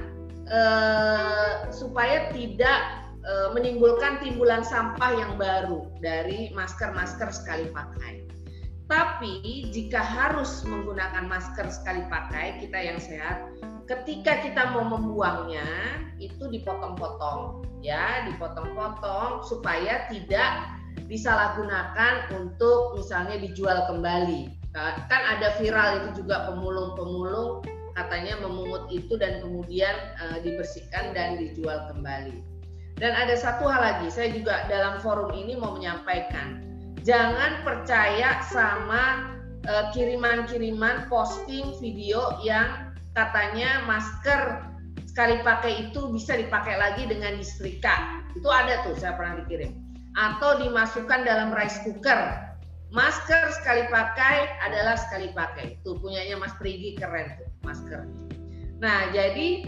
eh, supaya tidak eh, menimbulkan timbulan sampah yang baru dari masker-masker sekali pakai. Tapi jika harus menggunakan masker sekali pakai, kita yang sehat, ketika kita mau membuangnya itu dipotong-potong ya, dipotong-potong supaya tidak disalahgunakan untuk misalnya dijual kembali. Kan ada viral itu juga pemulung-pemulung katanya memungut itu dan kemudian e, dibersihkan dan dijual kembali. Dan ada satu hal lagi, saya juga dalam forum ini mau menyampaikan, jangan percaya sama e, kiriman-kiriman posting video yang katanya masker sekali pakai itu bisa dipakai lagi dengan disetrika. Itu ada tuh, saya pernah dikirim. Atau dimasukkan dalam rice cooker. Masker sekali pakai adalah sekali pakai. Tuh punyanya Mas Prigi keren tuh masker. Nah, jadi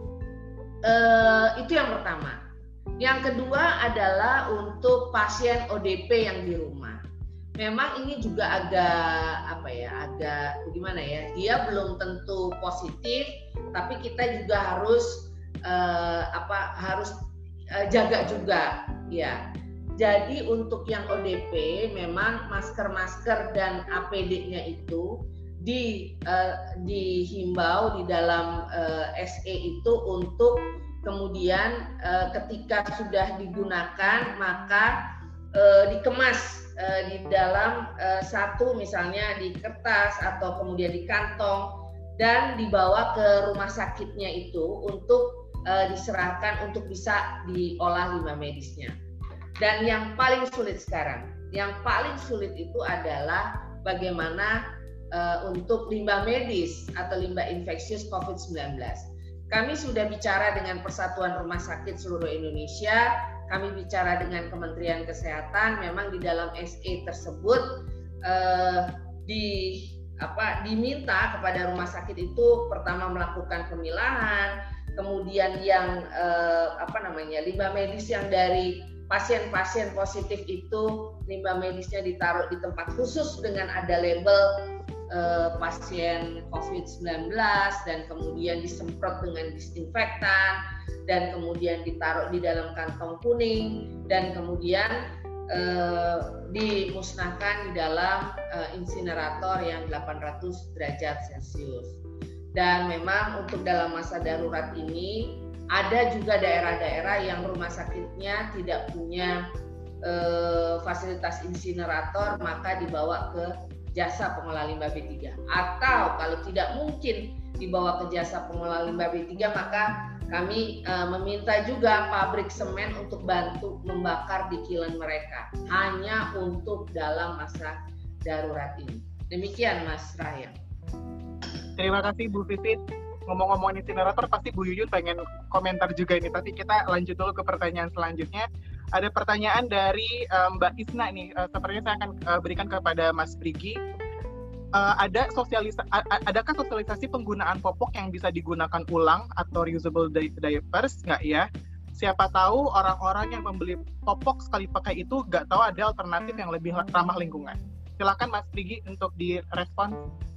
eh, itu yang pertama. Yang kedua adalah untuk pasien O D P yang di rumah. Memang ini juga agak apa ya, agak gimana ya? Dia belum tentu positif, tapi kita juga harus eh, apa? Harus eh, jaga juga, ya. Jadi untuk yang O D P memang masker-masker dan A P D-nya itu di eh, dihimbau di dalam eh, S E itu untuk kemudian eh, ketika sudah digunakan maka eh, dikemas di dalam uh, satu misalnya di kertas atau kemudian di kantong dan dibawa ke rumah sakitnya itu untuk uh, diserahkan untuk bisa diolah limbah medisnya. Dan yang paling sulit sekarang, yang paling sulit itu adalah bagaimana uh, untuk limbah medis atau limbah infeksius covid sembilan belas. Kami sudah bicara dengan Persatuan Rumah Sakit seluruh Indonesia. Kami bicara dengan Kementerian Kesehatan, memang di dalam S E tersebut eh, di apa diminta kepada rumah sakit itu pertama melakukan pemilahan, kemudian yang eh, apa namanya limbah medis yang dari pasien-pasien positif itu limbah medisnya ditaruh di tempat khusus dengan ada label eh, pasien covid sembilan belas dan kemudian disemprot dengan disinfektan dan kemudian ditaruh di dalam kantong kuning dan kemudian eh, dimusnahkan di dalam eh, insinerator yang delapan ratus derajat Celcius. Dan memang untuk dalam masa darurat ini ada juga daerah-daerah yang rumah sakitnya tidak punya eh, fasilitas insinerator, maka dibawa ke jasa pengolah limbah B tiga. Atau kalau tidak mungkin dibawa ke jasa pengolah limbah B tiga, maka kami uh, meminta juga pabrik semen untuk bantu membakar di kilang mereka hanya untuk dalam masa darurat ini. Demikian Mas Ryan. Terima kasih Bu Vivit. Ngomong-ngomong insinerator pasti Bu Yuyun pengen komentar juga ini. Tapi kita lanjut dulu ke pertanyaan selanjutnya. Ada pertanyaan dari um, Mbak Isna nih. Uh, sepertinya saya akan uh, berikan kepada Mas Prigi. Uh, ada sosialisa, adakah sosialisasi penggunaan popok yang bisa digunakan ulang atau reusable diapers nggak ya? Siapa tahu orang-orang yang membeli popok sekali pakai itu nggak tahu ada alternatif yang lebih ramah lingkungan. Silakan Mas Prigi untuk direspon.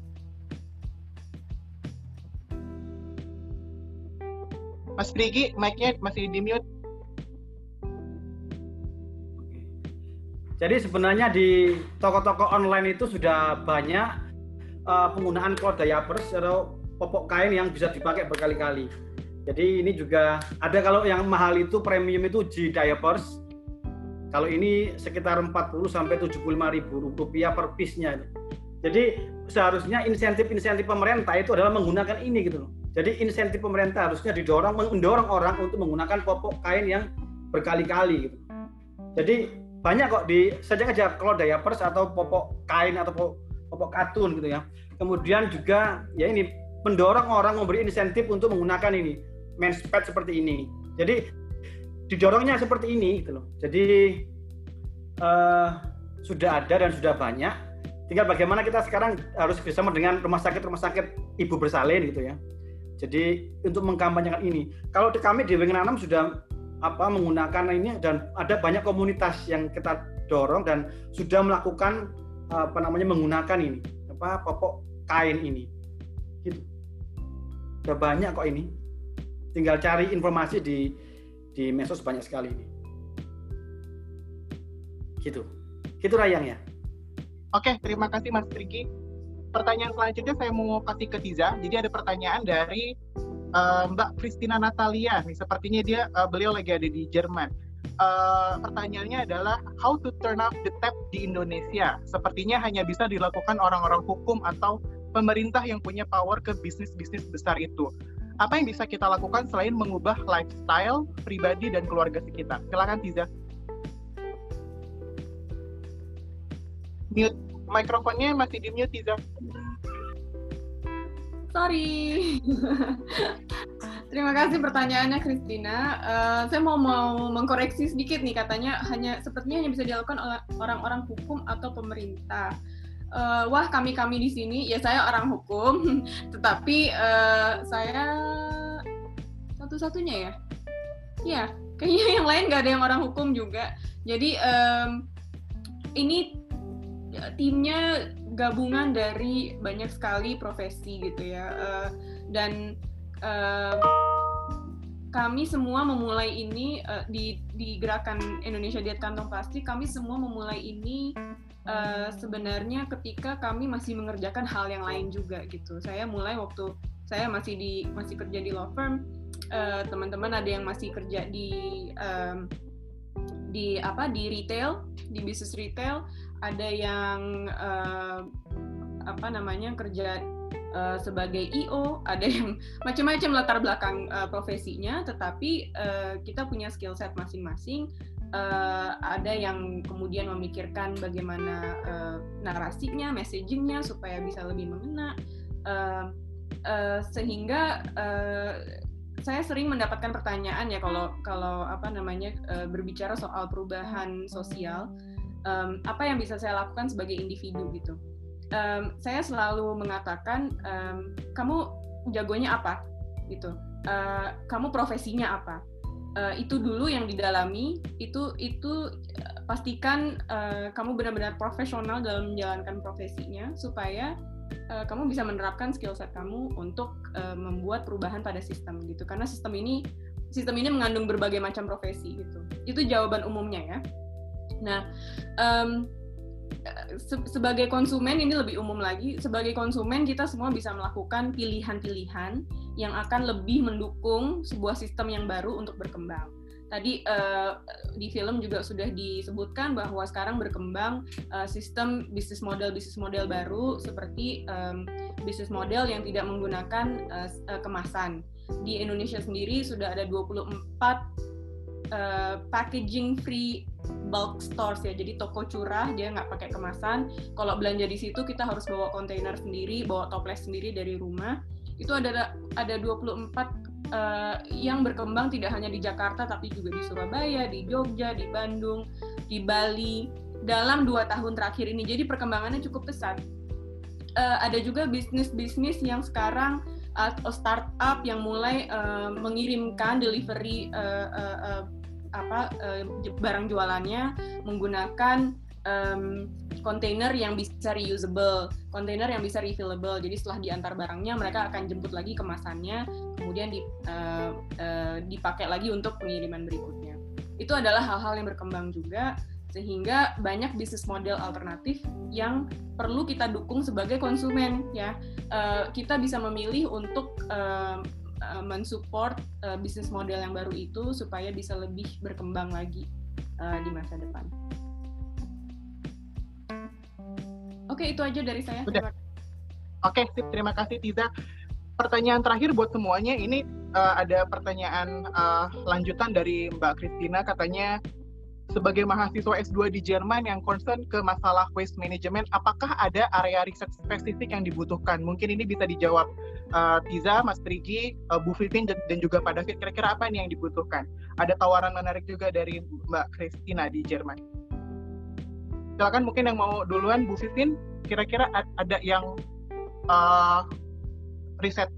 Mas Prigi, mic-nya masih di mute. Jadi sebenarnya di toko-toko online itu sudah banyak uh, penggunaan cloth diapers atau popok kain yang bisa dipakai berkali-kali. Jadi ini juga ada, kalau yang mahal itu premium itu G diapers. Kalau ini sekitar empat puluh sampai tujuh puluh lima ribu rupiah per piece-nya. Jadi seharusnya insentif-insentif pemerintah itu adalah menggunakan ini gitu loh. Jadi insentif pemerintah harusnya didorong, mendorong orang untuk menggunakan popok kain yang berkali-kali gitu. Jadi banyak kok di saja aja cloth diapers atau popok kain atau popok, popok katun gitu ya. Kemudian juga ya ini mendorong orang, memberi insentif untuk menggunakan ini men's pad seperti ini. Jadi didorongnya seperti ini gitu loh. Jadi uh, sudah ada dan sudah banyak. Tinggal bagaimana kita sekarang harus bersama dengan rumah sakit-rumah sakit ibu bersalin gitu ya. Jadi untuk mengkampanyekan ini. Kalau di kami di Wengenanam sudah apa menggunakan ini, dan ada banyak komunitas yang kita dorong dan sudah melakukan apa namanya menggunakan ini apa popok kain ini gitu. Sudah banyak kok ini, tinggal cari informasi di di medsos banyak sekali ini gitu gitu Rayang ya. Oke, terima kasih Mas Riki. Pertanyaan selanjutnya saya mau kasih ke Tiza. Jadi ada pertanyaan dari Uh, Mbak Christina Natalia, nih sepertinya dia uh, beliau lagi ada di Jerman. Uh, pertanyaannya adalah how to turn off the tap di Indonesia. Sepertinya hanya bisa dilakukan orang-orang hukum atau pemerintah yang punya power ke bisnis-bisnis besar itu. Apa yang bisa kita lakukan selain mengubah lifestyle pribadi dan keluarga sekitar? Silakan Tiza. Mute mikrofonnya, masih di mute Tiza. Sorry. Terima kasih pertanyaannya Christina. Uh, saya mau mau mengkoreksi sedikit nih, katanya hanya sepertinya hanya bisa dilakukan oleh orang-orang hukum atau pemerintah. Uh, wah kami-kami di sini, ya saya orang hukum, tetapi uh, saya satu-satunya ya. Iya, kayaknya yang lain nggak ada yang orang hukum juga. Jadi um, ini timnya gabungan dari banyak sekali profesi gitu ya, uh, dan uh, kami semua memulai ini uh, di, di gerakan Indonesia Diet Kantong Plastik. Kami semua memulai ini uh, sebenarnya ketika kami masih mengerjakan hal yang lain juga gitu. Saya mulai waktu saya masih di masih kerja di law firm, uh, teman-teman ada yang masih kerja di um, di apa di retail, di bisnis retail. Ada yang uh, apa namanya kerja uh, sebagai I O, ada yang macam-macam latar belakang uh, profesinya, tetapi uh, kita punya skill set masing-masing. Uh, ada yang kemudian memikirkan bagaimana uh, narasinya, messagingnya supaya bisa lebih mengena, uh, uh, sehingga uh, saya sering mendapatkan pertanyaan ya kalau kalau apa namanya uh, berbicara soal perubahan sosial. Um, apa yang bisa saya lakukan sebagai individu gitu. Um, saya selalu mengatakan, um, kamu jagonya apa gitu, uh, kamu profesinya apa, uh, itu dulu yang didalami, itu itu uh, pastikan uh, kamu benar-benar profesional dalam menjalankan profesinya supaya uh, kamu bisa menerapkan skill set kamu untuk uh, membuat perubahan pada sistem gitu. Karena sistem ini sistem ini mengandung berbagai macam profesi gitu. Itu jawaban umumnya ya. Nah, um, se- sebagai konsumen ini lebih umum lagi. Sebagai konsumen kita semua bisa melakukan pilihan-pilihan yang akan lebih mendukung sebuah sistem yang baru untuk berkembang. Tadi uh, di film juga sudah disebutkan bahwa sekarang berkembang uh, sistem bisnis model bisnis model baru seperti um, bisnis model yang tidak menggunakan uh, uh, kemasan. Di Indonesia sendiri sudah ada dua puluh empat Uh, packaging free bulk stores ya, jadi toko curah dia nggak pakai kemasan. Kalau belanja di situ kita harus bawa kontainer sendiri, bawa toples sendiri dari rumah. Itu ada ada dua puluh empat uh, yang berkembang tidak hanya di Jakarta tapi juga di Surabaya, di Jogja, di Bandung, di Bali dalam dua tahun terakhir ini. Jadi perkembangannya cukup pesat. Uh, ada juga bisnis-bisnis yang sekarang atau startup yang mulai uh, mengirimkan delivery uh, uh, uh, apa uh, barang jualannya menggunakan um, kontainer yang bisa reusable, kontainer yang bisa refillable. Jadi setelah diantar barangnya mereka akan jemput lagi kemasannya, kemudian di, uh, uh, dipakai lagi untuk pengiriman berikutnya. Itu adalah hal-hal yang berkembang juga, sehingga banyak bisnis model alternatif yang perlu kita dukung sebagai konsumen ya. Uh, kita bisa memilih untuk uh, uh, mensupport uh, bisnis model yang baru itu supaya bisa lebih berkembang lagi uh, di masa depan. Oke, itu aja dari saya. Udah. Oke, sip. Terima kasih Tiza. Pertanyaan terakhir buat semuanya, ini uh, ada pertanyaan uh, lanjutan dari Mbak Christina, katanya sebagai mahasiswa S dua di Jerman yang concern ke masalah waste management, apakah ada area riset spesifik yang dibutuhkan? Mungkin ini bisa dijawab uh, Tiza, Mas Prigi, uh, Bu Vivin, dan, dan juga Pak David, kira-kira apa nih yang dibutuhkan? Ada tawaran menarik juga dari Mbak Christina di Jerman. Silakan mungkin yang mau duluan, Bu Vivin, kira-kira ada yang uh, riset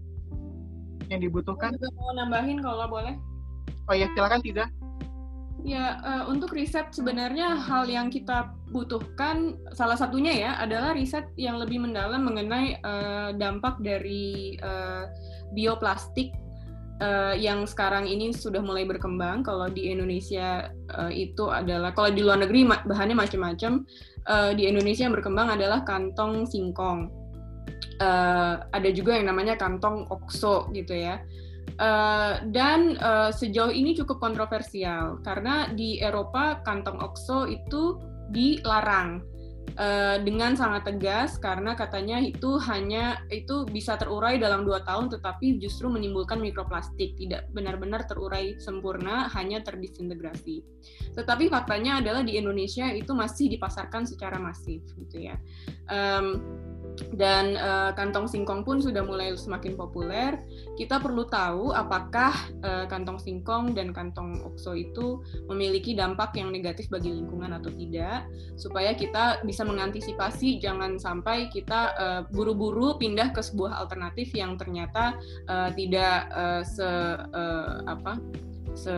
yang dibutuhkan? Saya juga mau nambahin kalau boleh. Oh ya, silakan Tiza. Ya, uh, untuk riset sebenarnya hal yang kita butuhkan salah satunya ya adalah riset yang lebih mendalam mengenai uh, dampak dari uh, bioplastik uh, yang sekarang ini sudah mulai berkembang. Kalau di Indonesia uh, itu adalah, kalau di luar negeri bahannya macam-macam, uh, di Indonesia yang berkembang adalah kantong singkong. Uh, ada juga yang namanya kantong okso gitu ya. Uh, dan uh, sejauh ini cukup kontroversial karena di Eropa kantong okso itu dilarang uh, dengan sangat tegas karena katanya itu hanya itu bisa terurai dalam dua tahun tetapi justru menimbulkan mikroplastik, tidak benar-benar terurai sempurna, hanya terdisintegrasi. Tetapi faktanya adalah di Indonesia itu masih dipasarkan secara masif gitu ya. Um, Dan uh, kantong singkong pun sudah mulai semakin populer. Kita perlu tahu apakah uh, kantong singkong dan kantong okso itu memiliki dampak yang negatif bagi lingkungan atau tidak, supaya kita bisa mengantisipasi jangan sampai kita uh, buru-buru pindah ke sebuah alternatif yang ternyata uh, tidak uh, se uh, apa se,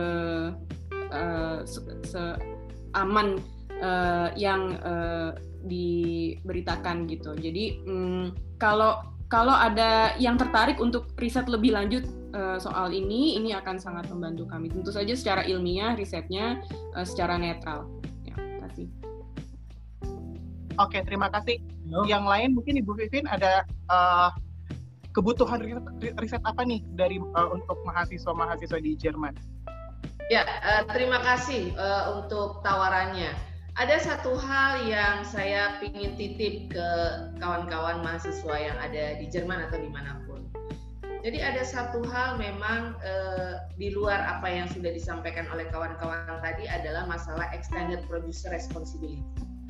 uh, se, se aman uh, yang uh, diberitakan gitu. Jadi hmm, kalau kalau ada yang tertarik untuk riset lebih lanjut uh, soal ini, ini akan sangat membantu kami. Tentu saja secara ilmiah risetnya uh, secara netral. Ya, terima kasih. Oke, terima kasih. Halo. Yang lain mungkin Ibu Vivin ada uh, kebutuhan riset, riset apa nih dari uh, untuk mahasiswa-mahasiswa di Jerman? Ya, uh, terima kasih uh, untuk tawarannya. Ada satu hal yang saya ingin titip ke kawan-kawan mahasiswa yang ada di Jerman atau dimanapun. Jadi ada satu hal memang eh, di luar apa yang sudah disampaikan oleh kawan-kawan tadi adalah masalah extended producer responsibility.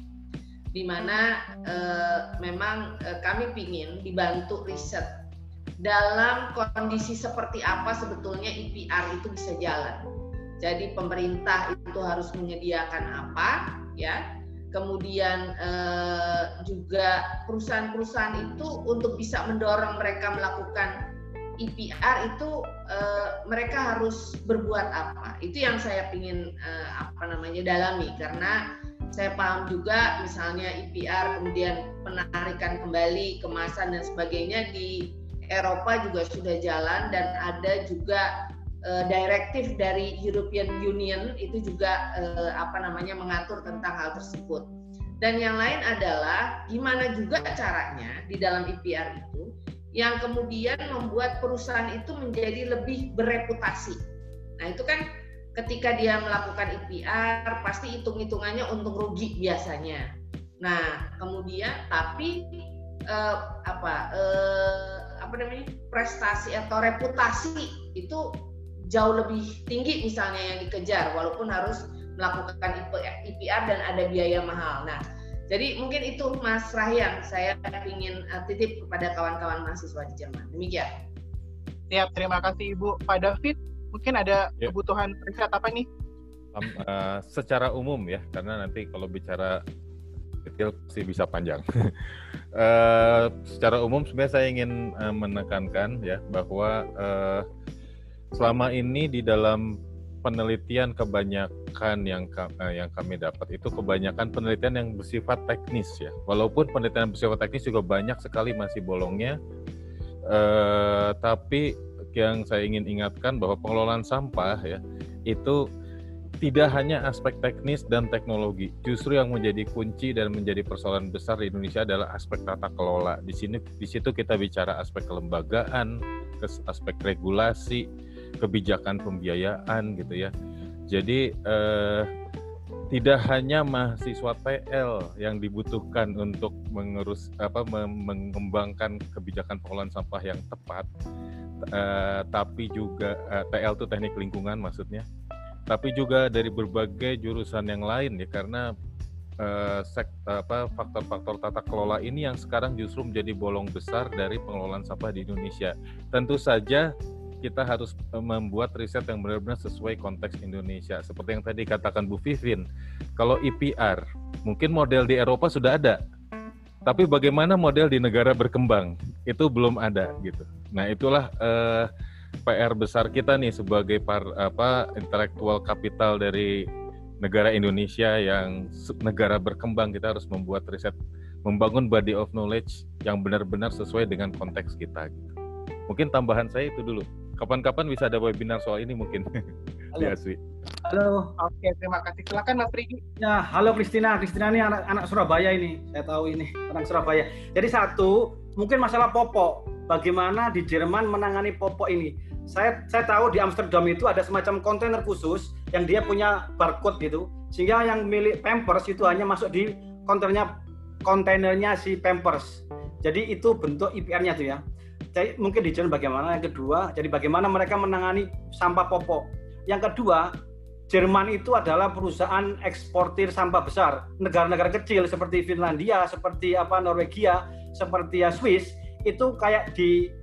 Di mana eh, memang eh, kami ingin dibantu riset dalam kondisi seperti apa sebetulnya I P R itu bisa jalan. Jadi pemerintah itu harus menyediakan apa, ya. Kemudian eh, juga perusahaan-perusahaan itu untuk bisa mendorong mereka melakukan I P R itu eh, mereka harus berbuat apa? Itu yang saya ingin eh, apa namanya dalami, karena saya paham juga misalnya I P R kemudian penarikan kembali kemasan dan sebagainya di Eropa juga sudah jalan, dan ada juga Uh, direktif dari European Union itu juga uh, apa namanya mengatur tentang hal tersebut. Dan yang lain adalah gimana juga caranya di dalam I P R itu yang kemudian membuat perusahaan itu menjadi lebih bereputasi. Nah itu kan ketika dia melakukan I P R pasti hitung-hitungannya untung rugi biasanya. Nah kemudian tapi uh, apa uh, apa namanya prestasi atau reputasi itu jauh lebih tinggi misalnya yang dikejar, walaupun harus melakukan I P R dan ada biaya mahal. Nah, jadi mungkin itu Mas Rahyan, saya ingin titip kepada kawan-kawan mahasiswa di Jerman. Demikian. Siap, terima kasih Ibu. Pak David, mungkin ada ya. Kebutuhan riset apa nih? Um, uh, secara umum ya, karena nanti kalau bicara detail pasti bisa panjang. uh, secara umum sebenarnya saya ingin uh, menekankan ya bahwa uh, selama ini di dalam penelitian kebanyakan yang yang kami dapat itu kebanyakan penelitian yang bersifat teknis ya. Walaupun penelitian bersifat teknis juga banyak sekali masih bolongnya. Eh, tapi yang saya ingin ingatkan bahwa pengelolaan sampah ya itu tidak hanya aspek teknis dan teknologi, justru yang menjadi kunci dan menjadi persoalan besar di Indonesia adalah aspek tata kelola. Di sini, di situ kita bicara aspek kelembagaan, aspek regulasi, kebijakan pembiayaan gitu ya. Jadi eh, tidak hanya mahasiswa P L yang dibutuhkan untuk mengurus apa mengembangkan kebijakan pengelolaan sampah yang tepat, eh, tapi juga eh, T L itu teknik lingkungan maksudnya. Tapi juga dari berbagai jurusan yang lain ya, karena uh, sek, apa, faktor-faktor tata kelola ini yang sekarang justru menjadi bolong besar dari pengelolaan sampah di Indonesia. Tentu saja kita harus membuat riset yang benar-benar sesuai konteks Indonesia. Seperti yang tadi katakan Bu Vivin, kalau E P R mungkin model di Eropa sudah ada, tapi bagaimana model di negara berkembang itu belum ada gitu. Nah itulah uh, P R besar kita nih sebagai par, apa intelektual kapital dari negara Indonesia yang negara berkembang. Kita harus membuat riset, membangun body of knowledge yang benar-benar sesuai dengan konteks kita gitu. Mungkin tambahan saya itu dulu. Kapan-kapan bisa ada webinar soal ini mungkin. Halo. Aswi. Halo. Oke, terima kasih. Silakan Mas Rigi. Ya, halo Kristina. Kristina ini anak anak Surabaya ini. Saya tahu ini orang Surabaya. Jadi satu, mungkin masalah popok. Bagaimana di Jerman menangani popok ini? Saya saya tahu di Amsterdam itu ada semacam kontainer khusus yang dia punya barcode gitu, sehingga yang milik Pampers itu hanya masuk di kontainernya kontainernya si Pampers. Jadi itu bentuk I P R-nya tuh ya. Jadi mungkin di Jerman bagaimana? Yang kedua, jadi bagaimana mereka menangani sampah popok? Yang kedua, Jerman itu adalah perusahaan eksportir sampah besar. Negara-negara kecil seperti Finlandia, seperti apa Norwegia, seperti ya Swiss itu kayak di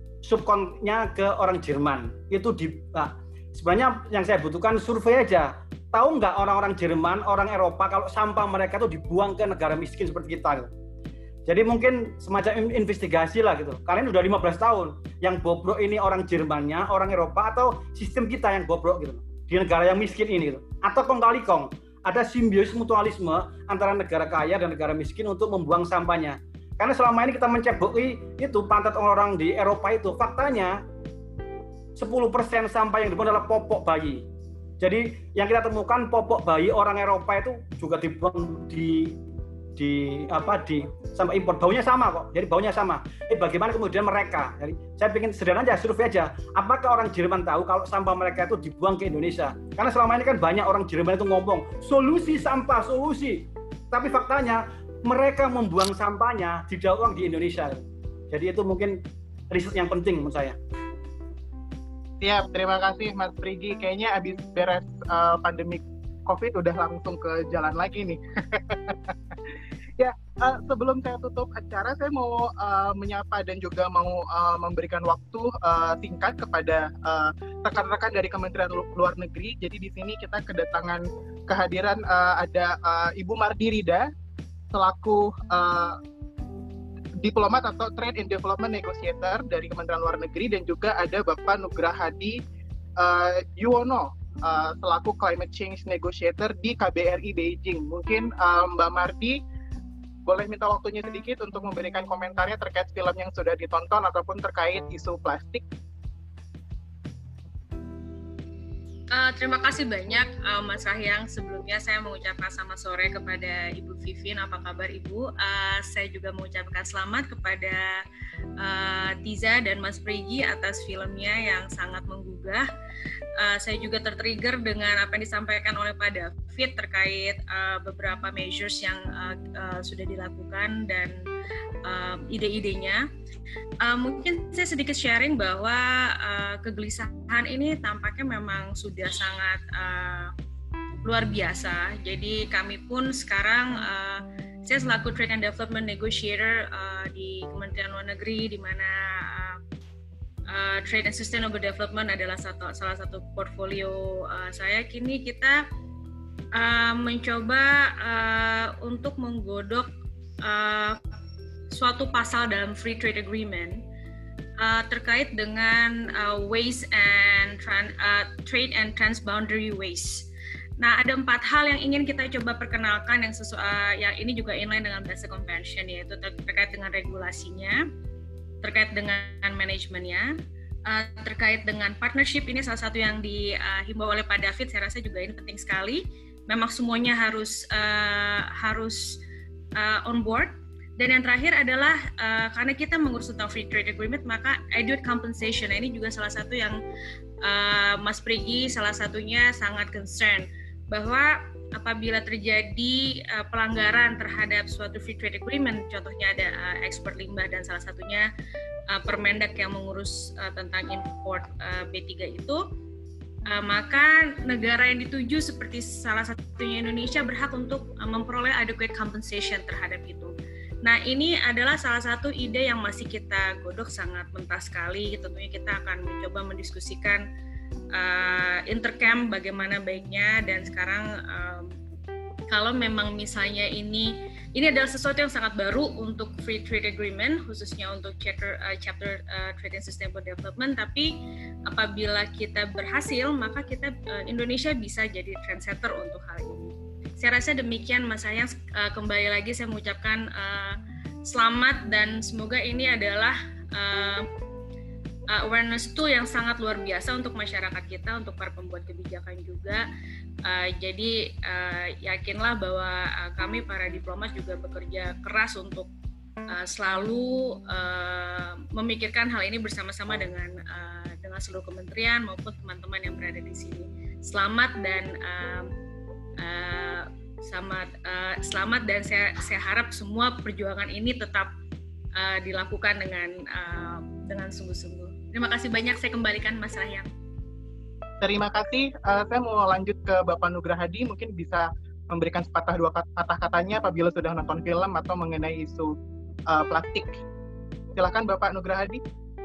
subkonnya ke orang Jerman. Itu di nah, sebenarnya yang saya butuhkan survei aja. Tahu nggak orang-orang Jerman, orang Eropa kalau sampah mereka itu dibuang ke negara miskin seperti kita gitu. Jadi mungkin semacam investigasi lah gitu. Kalian udah lima belas tahun, yang bobrok ini orang Jermannya, orang Eropa atau sistem kita yang bobrok gitu di negara yang miskin ini gitu. Atau kong kali kong, ada simbiosis mutualisme antara negara kaya dan negara miskin untuk membuang sampahnya. Karena selama ini kita menceboki itu pantat orang di Eropa itu, faktanya sepuluh persen sampah yang dibuang adalah popok bayi. Jadi yang kita temukan popok bayi orang Eropa itu juga dibuang di di apa di sampah impor, baunya sama kok. Jadi baunya sama. Eh bagaimana kemudian mereka? Jadi saya ingin sederhana aja survei aja. Apakah orang Jerman tahu kalau sampah mereka itu dibuang ke Indonesia? Karena selama ini kan banyak orang Jerman itu ngomong solusi sampah, solusi. Tapi faktanya mereka membuang sampahnya di daur ulang di Indonesia. Jadi itu mungkin riset yang penting menurut saya. Siap, terima kasih Mas Prigi. Kayaknya abis beres uh, pandemi COVID udah langsung ke jalan lagi nih. Ya, uh, sebelum saya tutup acara, saya mau uh, menyapa dan juga mau uh, memberikan waktu uh, singkat kepada uh, rekan-rekan dari Kementerian Luar Negeri. Jadi di sini kita kedatangan kehadiran uh, ada uh, Ibu Mardi Rida selaku uh, diplomat atau Trade and Development Negotiator dari Kementerian Luar Negeri, dan juga ada Bapak Nugrahadi uh, Yuwono uh, selaku Climate Change Negotiator di K B R I Beijing. Mungkin uh, Mbak Mardi boleh minta waktunya sedikit untuk memberikan komentarnya terkait film yang sudah ditonton ataupun terkait isu plastik. Uh, terima kasih banyak uh, Mas Rahyang. Sebelumnya saya mengucapkan selamat sore kepada Ibu Vivin. Apa kabar Ibu? Uh, saya juga mengucapkan selamat kepada uh, Tiza dan Mas Prigi atas filmnya yang sangat menggugah. Uh, saya juga tertrigger dengan apa yang disampaikan oleh Pak David terkait uh, beberapa measures yang uh, uh, sudah dilakukan dan uh, ide-idenya. Uh, mungkin saya sedikit sharing bahwa uh, kegelisahan ini tampaknya memang sudah sangat uh, luar biasa. Jadi kami pun sekarang, uh, saya selaku Trade and Development Negotiator uh, di Kementerian Luar Negeri, di mana uh, uh, Trade and Sustainable Development adalah satu, salah satu portfolio uh, saya. Kini kita uh, mencoba uh, untuk menggodok uh, suatu pasal dalam Free Trade Agreement uh, terkait dengan uh, waste and tran, uh, trade and transboundary waste. Nah, ada empat hal yang ingin kita coba perkenalkan yang sesuai, uh, yang ini juga inline dengan Basel Convention, yaitu ter- terkait dengan regulasinya, terkait dengan manajemennya, uh, terkait dengan partnership, ini salah satu yang dihimbau oleh Pak David. Saya rasa juga ini penting sekali. Memang semuanya harus uh, harus uh, on board. Dan yang terakhir adalah uh, karena kita mengurus tentang free trade agreement, maka adequate compensation. Nah, ini juga salah satu yang uh, Mas Prigi salah satunya sangat concern bahwa apabila terjadi uh, pelanggaran terhadap suatu free trade agreement, contohnya ada uh, ekspor limbah dan salah satunya uh, Permendak yang mengurus uh, tentang import uh, B tiga itu, uh, maka negara yang dituju seperti salah satunya Indonesia berhak untuk uh, memperoleh adequate compensation terhadap itu. Nah, ini adalah salah satu ide yang masih kita godok sangat mentah sekali. Tentunya kita akan mencoba mendiskusikan uh, intercamp bagaimana baiknya, dan sekarang um, kalau memang misalnya ini ini adalah sesuatu yang sangat baru untuk free trade agreement, khususnya untuk chapter uh, chapter uh, trade and sustainable development, tapi apabila kita berhasil, maka kita uh, Indonesia bisa jadi trendsetter untuk hal ini. Saya rasa demikian, Mas Hayang. Uh, kembali lagi saya mengucapkan uh, selamat, dan semoga ini adalah uh, uh, awareness tool yang sangat luar biasa untuk masyarakat kita, untuk para pembuat kebijakan juga. Uh, jadi uh, yakinlah bahwa uh, kami para diplomat juga bekerja keras untuk uh, selalu uh, memikirkan hal ini bersama-sama dengan uh, dengan seluruh kementerian maupun teman-teman yang berada di sini. Selamat dan uh, Uh, selamat, uh, selamat dan saya, saya harap semua perjuangan ini tetap uh, dilakukan dengan uh, dengan sungguh-sungguh. Terima kasih banyak, saya kembalikan Mas Rahyang. Terima kasih. Uh, saya mau lanjut ke Bapak Nugraha Hadi, mungkin bisa memberikan sepatah dua patah katanya apabila sudah nonton film atau mengenai isu uh, plastik. Silakan Bapak Nugraha Hadi.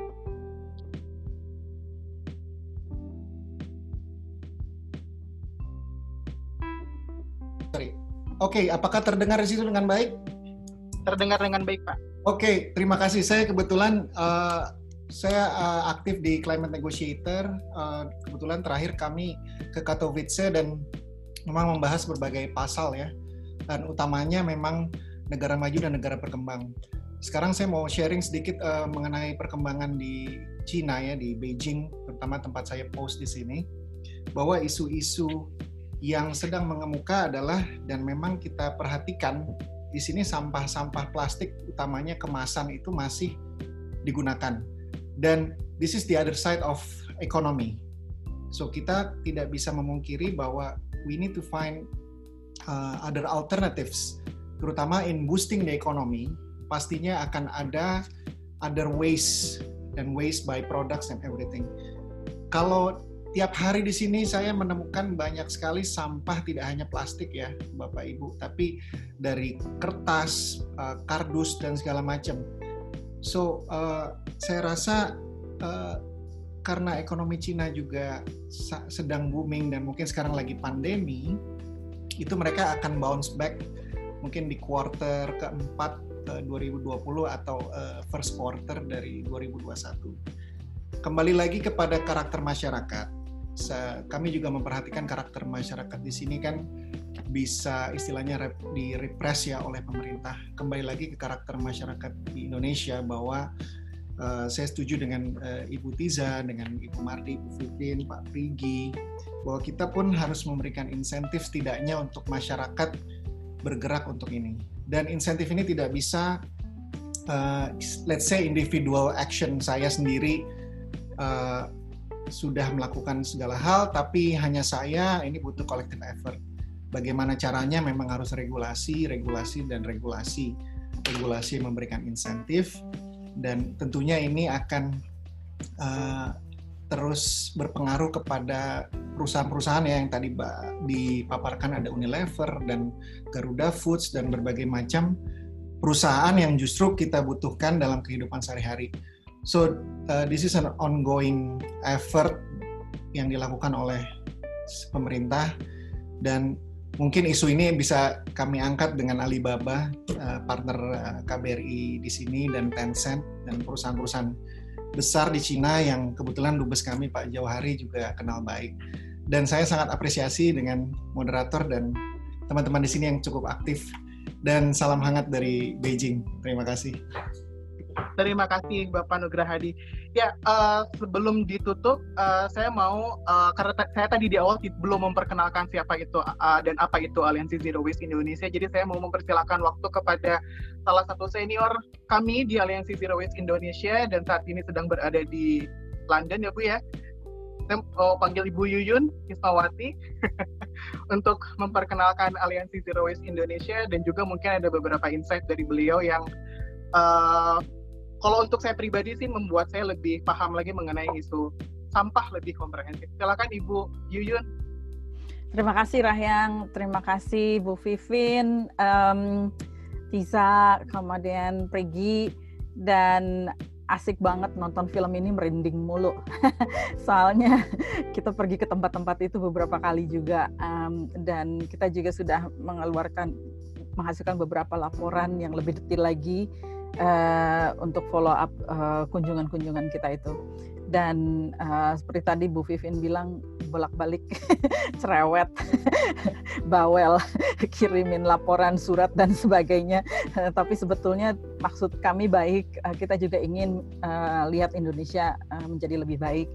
Oke, okay, apakah terdengar di situ dengan baik? Terdengar dengan baik, Pak. Oke, okay, terima kasih. Saya kebetulan uh, saya uh, aktif di Climate Negotiator. Uh, kebetulan terakhir kami ke Katowice dan memang membahas berbagai pasal ya. Dan utamanya memang negara maju dan negara berkembang. Sekarang saya mau sharing sedikit uh, mengenai perkembangan di Cina ya, di Beijing, terutama tempat saya post di sini, bahwa isu-isu yang sedang mengemuka adalah, dan memang kita perhatikan di sini, sampah-sampah plastik utamanya kemasan itu masih digunakan, dan this is the other side of economy. So kita tidak bisa memungkiri bahwa we need to find uh, other alternatives, terutama in boosting the economy. Pastinya akan ada other ways dan waste by products and everything. Kalau tiap hari di sini saya menemukan banyak sekali sampah, tidak hanya plastik ya Bapak Ibu, tapi dari kertas, uh, kardus dan segala macam. So uh, saya rasa uh, karena ekonomi Cina juga sa- sedang booming dan mungkin sekarang lagi pandemi, itu mereka akan bounce back mungkin di quarter keempat uh, dua ribu dua puluh atau uh, first quarter dari dua ribu dua puluh satu. Kembali lagi kepada karakter masyarakat. Kami juga memperhatikan karakter masyarakat di sini kan bisa istilahnya rep, direpress ya oleh pemerintah. Kembali lagi ke karakter masyarakat di Indonesia, bahwa uh, saya setuju dengan uh, Ibu Tiza, dengan Ibu Mardi, Ibu Vivin, Pak Prigi, bahwa kita pun harus memberikan insentif setidaknya untuk masyarakat bergerak untuk ini. Dan insentif ini tidak bisa, uh, let's say individual action saya sendiri, uh, sudah melakukan segala hal, tapi hanya saya, ini butuh collective effort. Bagaimana caranya? Memang harus regulasi, regulasi, dan regulasi. Regulasi memberikan insentif, dan tentunya ini akan uh, terus berpengaruh kepada perusahaan-perusahaan ya, yang tadi dipaparkan, ada Unilever dan Garuda Foods dan berbagai macam perusahaan yang justru kita butuhkan dalam kehidupan sehari-hari. So uh, this is an ongoing effort yang dilakukan oleh pemerintah, dan mungkin isu ini bisa kami angkat dengan Alibaba, uh, partner uh, K B R I di sini, dan Tencent, dan perusahaan-perusahaan besar di Cina yang kebetulan dubes kami Pak Jauhari juga kenal baik. Dan saya sangat apresiasi dengan moderator dan teman-teman di sini yang cukup aktif. Dan salam hangat dari Beijing. Terima kasih. Terima kasih Bapak Nugraha Hadi. Ya, uh, sebelum ditutup, uh, saya mau, uh, karena t- saya tadi di awal belum memperkenalkan siapa itu uh, dan apa itu Aliansi Zero Waste Indonesia, jadi saya mau mempersilakan waktu kepada salah satu senior kami di Aliansi Zero Waste Indonesia dan saat ini sedang berada di London ya Bu ya. Saya mau panggil Ibu Yuyun Ismawati untuk memperkenalkan Aliansi Zero Waste Indonesia dan juga mungkin ada beberapa insight dari beliau yang uh, kalau untuk saya pribadi sih membuat saya lebih paham lagi mengenai isu sampah lebih komprehensif. Silakan Ibu Yuyun. Terima kasih Rahyang, terima kasih Bu Vivin, um, Tisa, kemudian Prigi, dan asik banget nonton film ini, merinding mulu. Soalnya kita pergi ke tempat-tempat itu beberapa kali juga, um, dan kita juga sudah mengeluarkan, menghasilkan beberapa laporan yang lebih detail lagi Uh, untuk follow up uh, kunjungan-kunjungan kita itu. Dan uh, seperti tadi Bu Vivin bilang, bolak-balik cerewet, bawel, kirimin laporan, surat dan sebagainya. Uh, tapi sebetulnya maksud kami baik, uh, kita juga ingin uh, lihat Indonesia uh, menjadi lebih baik.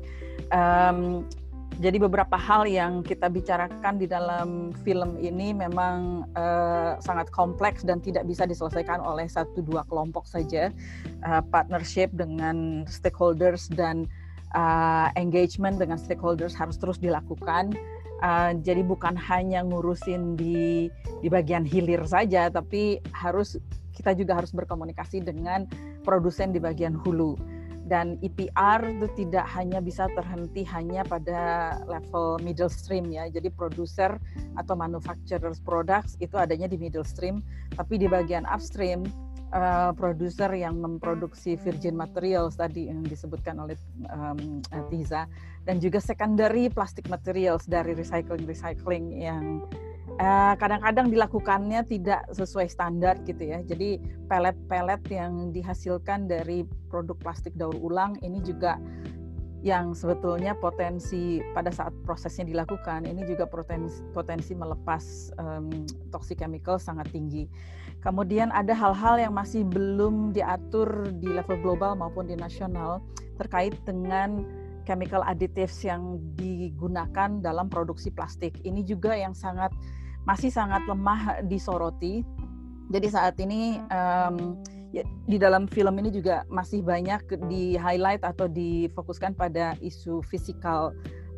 Um, Jadi beberapa hal yang kita bicarakan di dalam film ini memang uh, sangat kompleks dan tidak bisa diselesaikan oleh satu dua kelompok saja. Uh, partnership dengan stakeholders dan uh, engagement dengan stakeholders harus terus dilakukan. Uh, jadi bukan hanya ngurusin di di bagian hilir saja, tapi harus kita juga harus berkomunikasi dengan produsen di bagian hulu. Dan E P R itu tidak hanya bisa terhenti hanya pada level middle stream ya. Jadi produser atau manufacturers products itu adanya di middle stream, tapi di bagian upstream uh, produser yang memproduksi virgin materials tadi yang disebutkan oleh um, Tiza, dan juga secondary plastic materials dari recycling recycling yang Uh, kadang-kadang dilakukannya tidak sesuai standar gitu ya. Jadi pelet-pelet yang dihasilkan dari produk plastik daur ulang ini juga yang sebetulnya potensi pada saat prosesnya dilakukan ini juga potensi, potensi melepas um, toxic chemical sangat tinggi. Kemudian ada hal-hal yang masih belum diatur di level global maupun di nasional terkait dengan chemical additives yang digunakan dalam produksi plastik. Ini juga yang sangat masih sangat lemah disoroti. Jadi saat ini um, ya, di dalam film ini juga masih banyak di highlight atau difokuskan pada isu fisikal,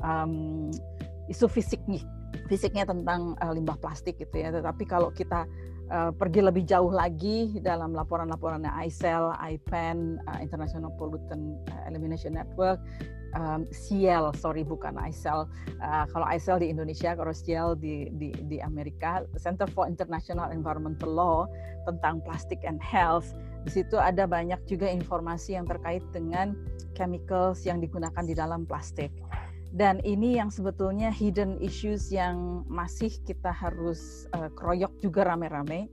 um, isu fisiknya, fisiknya tentang uh, limbah plastik gitu ya. Tetapi kalau kita uh, pergi lebih jauh lagi dalam laporan-laporannya I C E L, I P E N, uh, International Pollutant Elimination Network, Um, C I E L, sorry bukan I C E L. Uh, kalau I C E L di Indonesia, kalau C I E L di, di, di Amerika, Center for International Environmental Law tentang Plastic and Health. Di situ ada banyak juga informasi yang terkait dengan chemicals yang digunakan di dalam plastik. Dan ini yang sebetulnya hidden issues yang masih kita harus uh, keroyok juga rame-rame.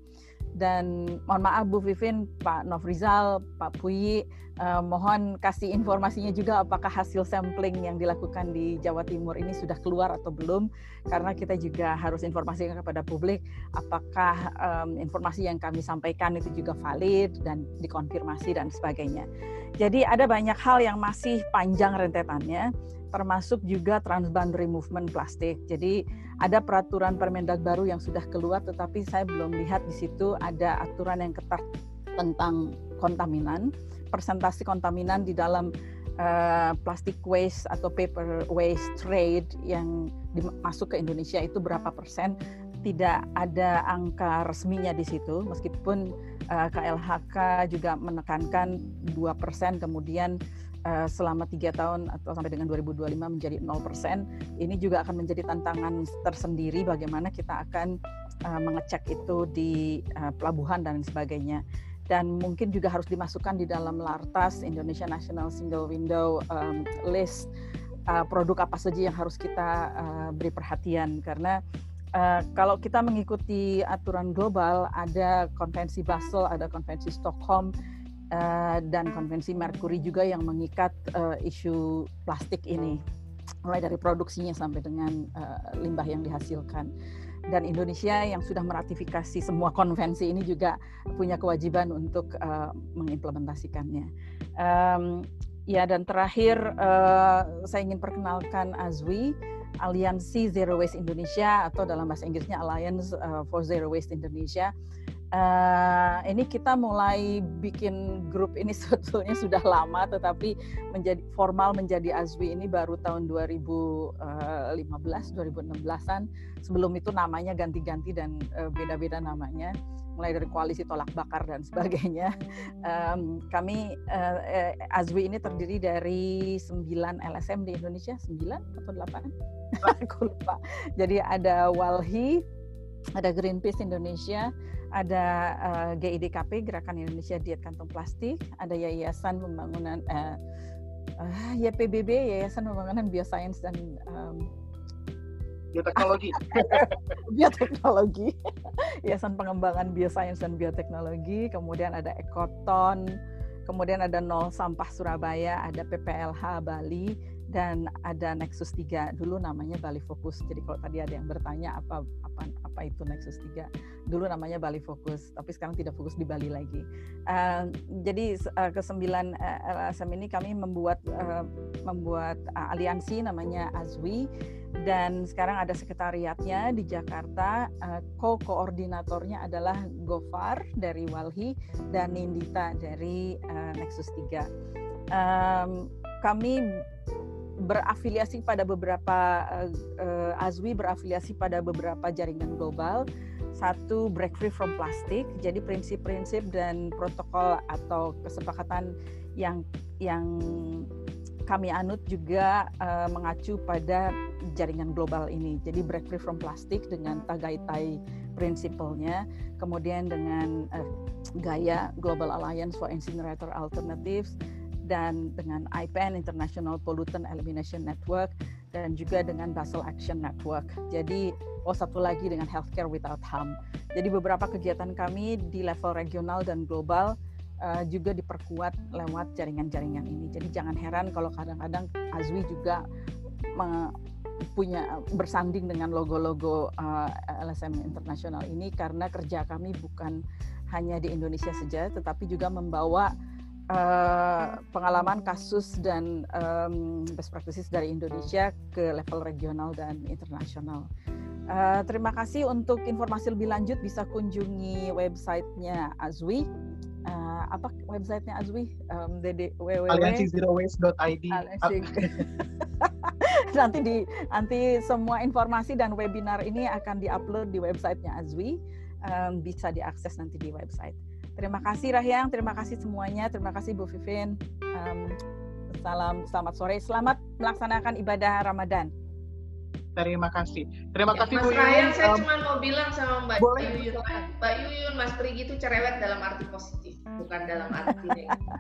Dan mohon maaf Bu Vivin, Pak Nofrizal, Pak Puyi, eh, mohon kasih informasinya juga apakah hasil sampling yang dilakukan di Jawa Timur ini sudah keluar atau belum, karena kita juga harus informasikan kepada publik apakah um, informasi yang kami sampaikan itu juga valid dan dikonfirmasi dan sebagainya. Jadi ada banyak hal yang masih panjang rentetannya, termasuk juga transboundary movement plastik. Jadi ada peraturan Permendag baru yang sudah keluar, tetapi saya belum lihat di situ ada aturan yang ketat tentang kontaminan, persentase kontaminan di dalam uh, plastic waste atau paper waste trade yang masuk ke Indonesia itu berapa persen. Tidak ada angka resminya di situ, meskipun uh, K L H K juga menekankan dua persen, kemudian Uh, selama tiga tahun atau sampai dengan dua ribu dua puluh lima menjadi nol persen. Ini juga akan menjadi tantangan tersendiri bagaimana kita akan uh, mengecek itu di uh, pelabuhan dan sebagainya. Dan mungkin juga harus dimasukkan di dalam LARTAS, Indonesia National Single Window um, List, uh, produk apa saja yang harus kita uh, beri perhatian. Karena uh, kalau kita mengikuti aturan global, ada konvensi Basel, ada konvensi Stockholm, Uh, dan konvensi Mercury juga yang mengikat uh, isu plastik ini, mulai dari produksinya sampai dengan uh, limbah yang dihasilkan. dan Indonesia yang sudah meratifikasi semua konvensi ini juga punya kewajiban untuk uh, mengimplementasikannya. Um, ya dan terakhir uh, saya ingin perkenalkan A Z W I, Aliansi Zero Waste Indonesia, atau dalam bahasa Inggrisnya Alliance for Zero Waste Indonesia. Uh, ini kita mulai bikin grup ini sebetulnya sudah lama, tetapi menjadi formal menjadi A Z W I ini baru tahun dua ribu lima belas dua ribu enam belasan. Sebelum itu namanya ganti-ganti dan uh, beda-beda namanya, mulai dari koalisi tolak bakar dan sebagainya. Um, kami uh, A Z W I ini terdiri dari sembilan L S M di Indonesia, sembilan atau delapan? Aku lupa. Jadi ada Walhi, ada Greenpeace Indonesia, ada uh, G I D K P, Gerakan Indonesia Diet Kantong Plastik, ada Yayasan Pembangunan uh, uh, Y P B B, Yayasan Pembangunan Biosains dan um, Bioteknologi, Bioteknologi, Yayasan Pengembangan Biosains dan Bioteknologi, kemudian ada Ekoton, kemudian ada Nol Sampah Surabaya, ada P P L H Bali, dan ada Nexus tiga, dulu namanya Bali Fokus. Jadi kalau tadi ada yang bertanya apa apa apa itu Nexus tiga, dulu namanya Bali Fokus, tapi sekarang tidak fokus di Bali lagi. Uh, jadi uh, kesembilan uh, L S M ini kami membuat uh, membuat uh, aliansi namanya A Z W I, dan sekarang ada sekretariatnya di Jakarta. Uh, ko-koordinatornya adalah Gofar dari Walhi dan Nindita dari uh, Nexus tiga. Um, kami berafiliasi pada beberapa uh, A Z W I berafiliasi pada beberapa jaringan global. Satu, Break Free from Plastic. Jadi prinsip-prinsip dan protokol atau kesepakatan yang yang kami anut juga uh, mengacu pada jaringan global ini. Jadi Break Free from Plastic dengan Tagaytay prinsipalnya, kemudian dengan uh, Gaia Global Alliance for Incinerator Alternatives, dan dengan I P E N International Pollutant Elimination Network, dan juga dengan Basel Action Network. Jadi, oh satu lagi dengan Healthcare Without Harm. Jadi beberapa kegiatan kami di level regional dan global uh, juga diperkuat lewat jaringan-jaringan ini. Jadi jangan heran kalau kadang-kadang A Z W I juga me- punya bersanding dengan logo-logo uh, L S M internasional ini, karena kerja kami bukan hanya di Indonesia saja, tetapi juga membawa Uh, pengalaman kasus dan um, best practices dari Indonesia ke level regional dan internasional. Uh, terima kasih. Untuk informasi lebih lanjut bisa kunjungi websitenya A Z W I. Uh, apa websitenya A Z W I? Um, aliansi zero waste dot I D. nanti di nanti semua informasi dan webinar ini akan diupload di websitenya A Z W I. Um, bisa diakses nanti di website. Terima kasih Rahyang, terima kasih semuanya, terima kasih Bu Vivin. Um, salam, selamat sore, selamat melaksanakan ibadah Ramadan. Terima kasih, terima ya, kasih Mas Bu Yuyun. Rahyang, saya um, cuma mau bilang sama Mbak boleh, Yuyun, Mbak Yuyun, Mas Prigi itu cerewet dalam arti positif, bukan dalam arti negatif.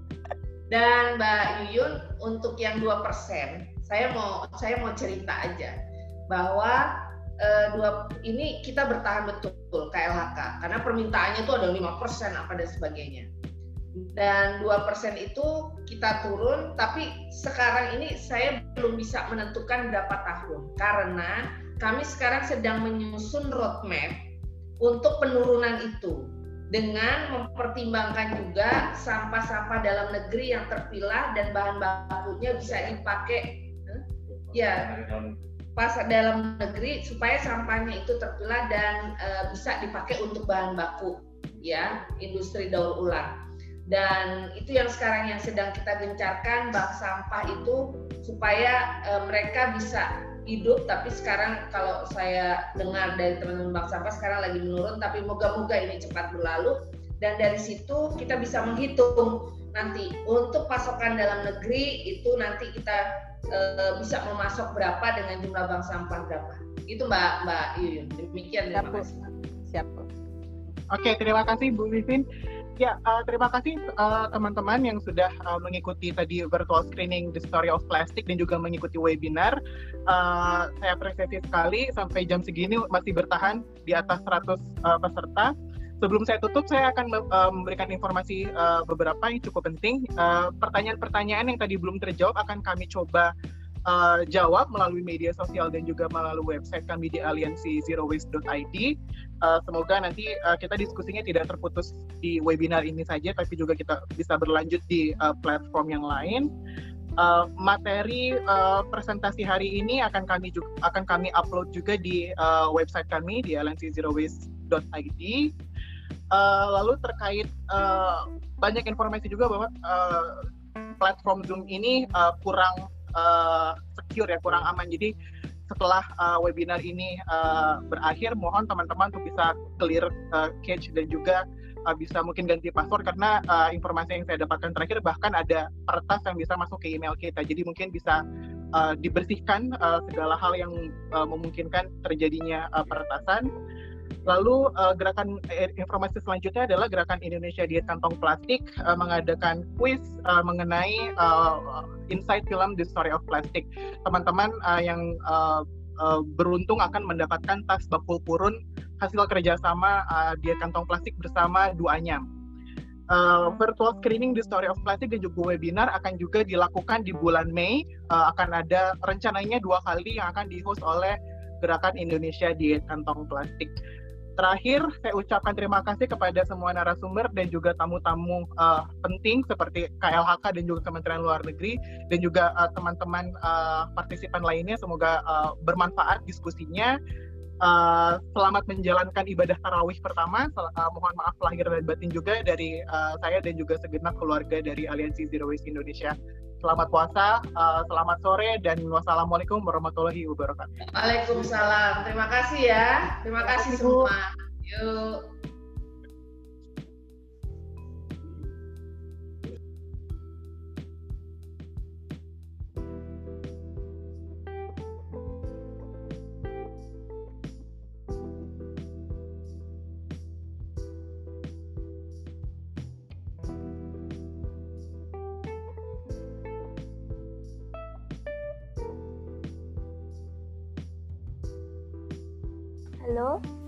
Dan Mbak Yuyun, untuk yang dua persen, saya mau saya mau cerita aja bahwa Uh, dua ini kita bertahan betul K L H K karena permintaannya itu ada lima persen apa dan sebagainya, dan dua persen itu kita turun, tapi sekarang ini saya belum bisa menentukan berapa tahun karena kami sekarang sedang menyusun roadmap untuk penurunan itu dengan mempertimbangkan juga sampah-sampah dalam negeri yang terpilah dan bahan bakunya bisa dipakai huh? ya pas dalam negeri supaya sampahnya itu terpilah dan e, bisa dipakai untuk bahan baku ya industri daur ulang. Dan itu yang sekarang yang sedang kita gencarkan, bank sampah itu supaya e, mereka bisa hidup. Tapi sekarang kalau saya dengar dari teman-teman bank sampah sekarang lagi menurun, tapi moga-moga ini cepat berlalu, dan dari situ kita bisa menghitung nanti untuk pasokan dalam negeri itu nanti kita e, bisa memasok berapa dengan jumlah bank sampah berapa. Itu Mbak Mbak Yuyun. Demikian, terima kasih. Siap. Oke, terima kasih Bu Vivin. Ya, uh, terima kasih uh, teman-teman yang sudah uh, mengikuti tadi virtual screening The Story of Plastic dan juga mengikuti webinar. Uh, saya apresiasi sekali sampai jam segini masih bertahan di atas seratus uh, peserta. Sebelum saya tutup, saya akan uh, memberikan informasi uh, beberapa yang cukup penting. Uh, pertanyaan-pertanyaan yang tadi belum terjawab akan kami coba uh, jawab melalui media sosial dan juga melalui website kami di aliansi zero waste dot i d. Uh, semoga nanti uh, kita diskusinya tidak terputus di webinar ini saja, tapi juga kita bisa berlanjut di uh, platform yang lain. Uh, materi uh, presentasi hari ini akan kami juga, akan kami upload juga di uh, website kami di aliansi zero waste dot i d. Uh, lalu terkait uh, banyak informasi juga bahwa uh, platform Zoom ini uh, kurang uh, secure ya, kurang aman. Jadi setelah uh, webinar ini uh, berakhir, mohon teman-teman untuk bisa clear uh, cache dan juga uh, bisa mungkin ganti password, karena uh, informasi yang saya dapatkan terakhir bahkan ada peretas yang bisa masuk ke email kita. Jadi mungkin bisa uh, dibersihkan uh, segala hal yang uh, memungkinkan terjadinya uh, peretasan. Lalu uh, gerakan eh, informasi selanjutnya adalah gerakan Indonesia Diet Kantong Plastik uh, mengadakan kuis uh, mengenai uh, Inside Film The Story of Plastic. Teman-teman uh, yang uh, uh, beruntung akan mendapatkan tas bakul purun hasil kerjasama uh, Diet Kantong Plastik bersama Duanyam. Uh, virtual screening The Story of Plastic dan juga webinar akan juga dilakukan di bulan Mei. Uh, akan ada rencananya dua kali yang akan di-host oleh gerakan Indonesia Diet Kantong Plastik. Terakhir, saya ucapkan terima kasih kepada semua narasumber dan juga tamu-tamu uh, penting seperti K L H K dan juga Kementerian Luar Negeri dan juga uh, teman-teman uh, partisipan lainnya. Semoga uh, bermanfaat diskusinya. Uh, selamat menjalankan ibadah tarawih pertama. Sel- uh, mohon maaf lahir dan batin juga dari uh, saya dan juga segenap keluarga dari Aliansi Zero Waste Indonesia. Selamat puasa, uh, selamat sore, dan wassalamualaikum warahmatullahi wabarakatuh. Waalaikumsalam. Terima kasih ya. Terima kasih semua. Yuk. Halo.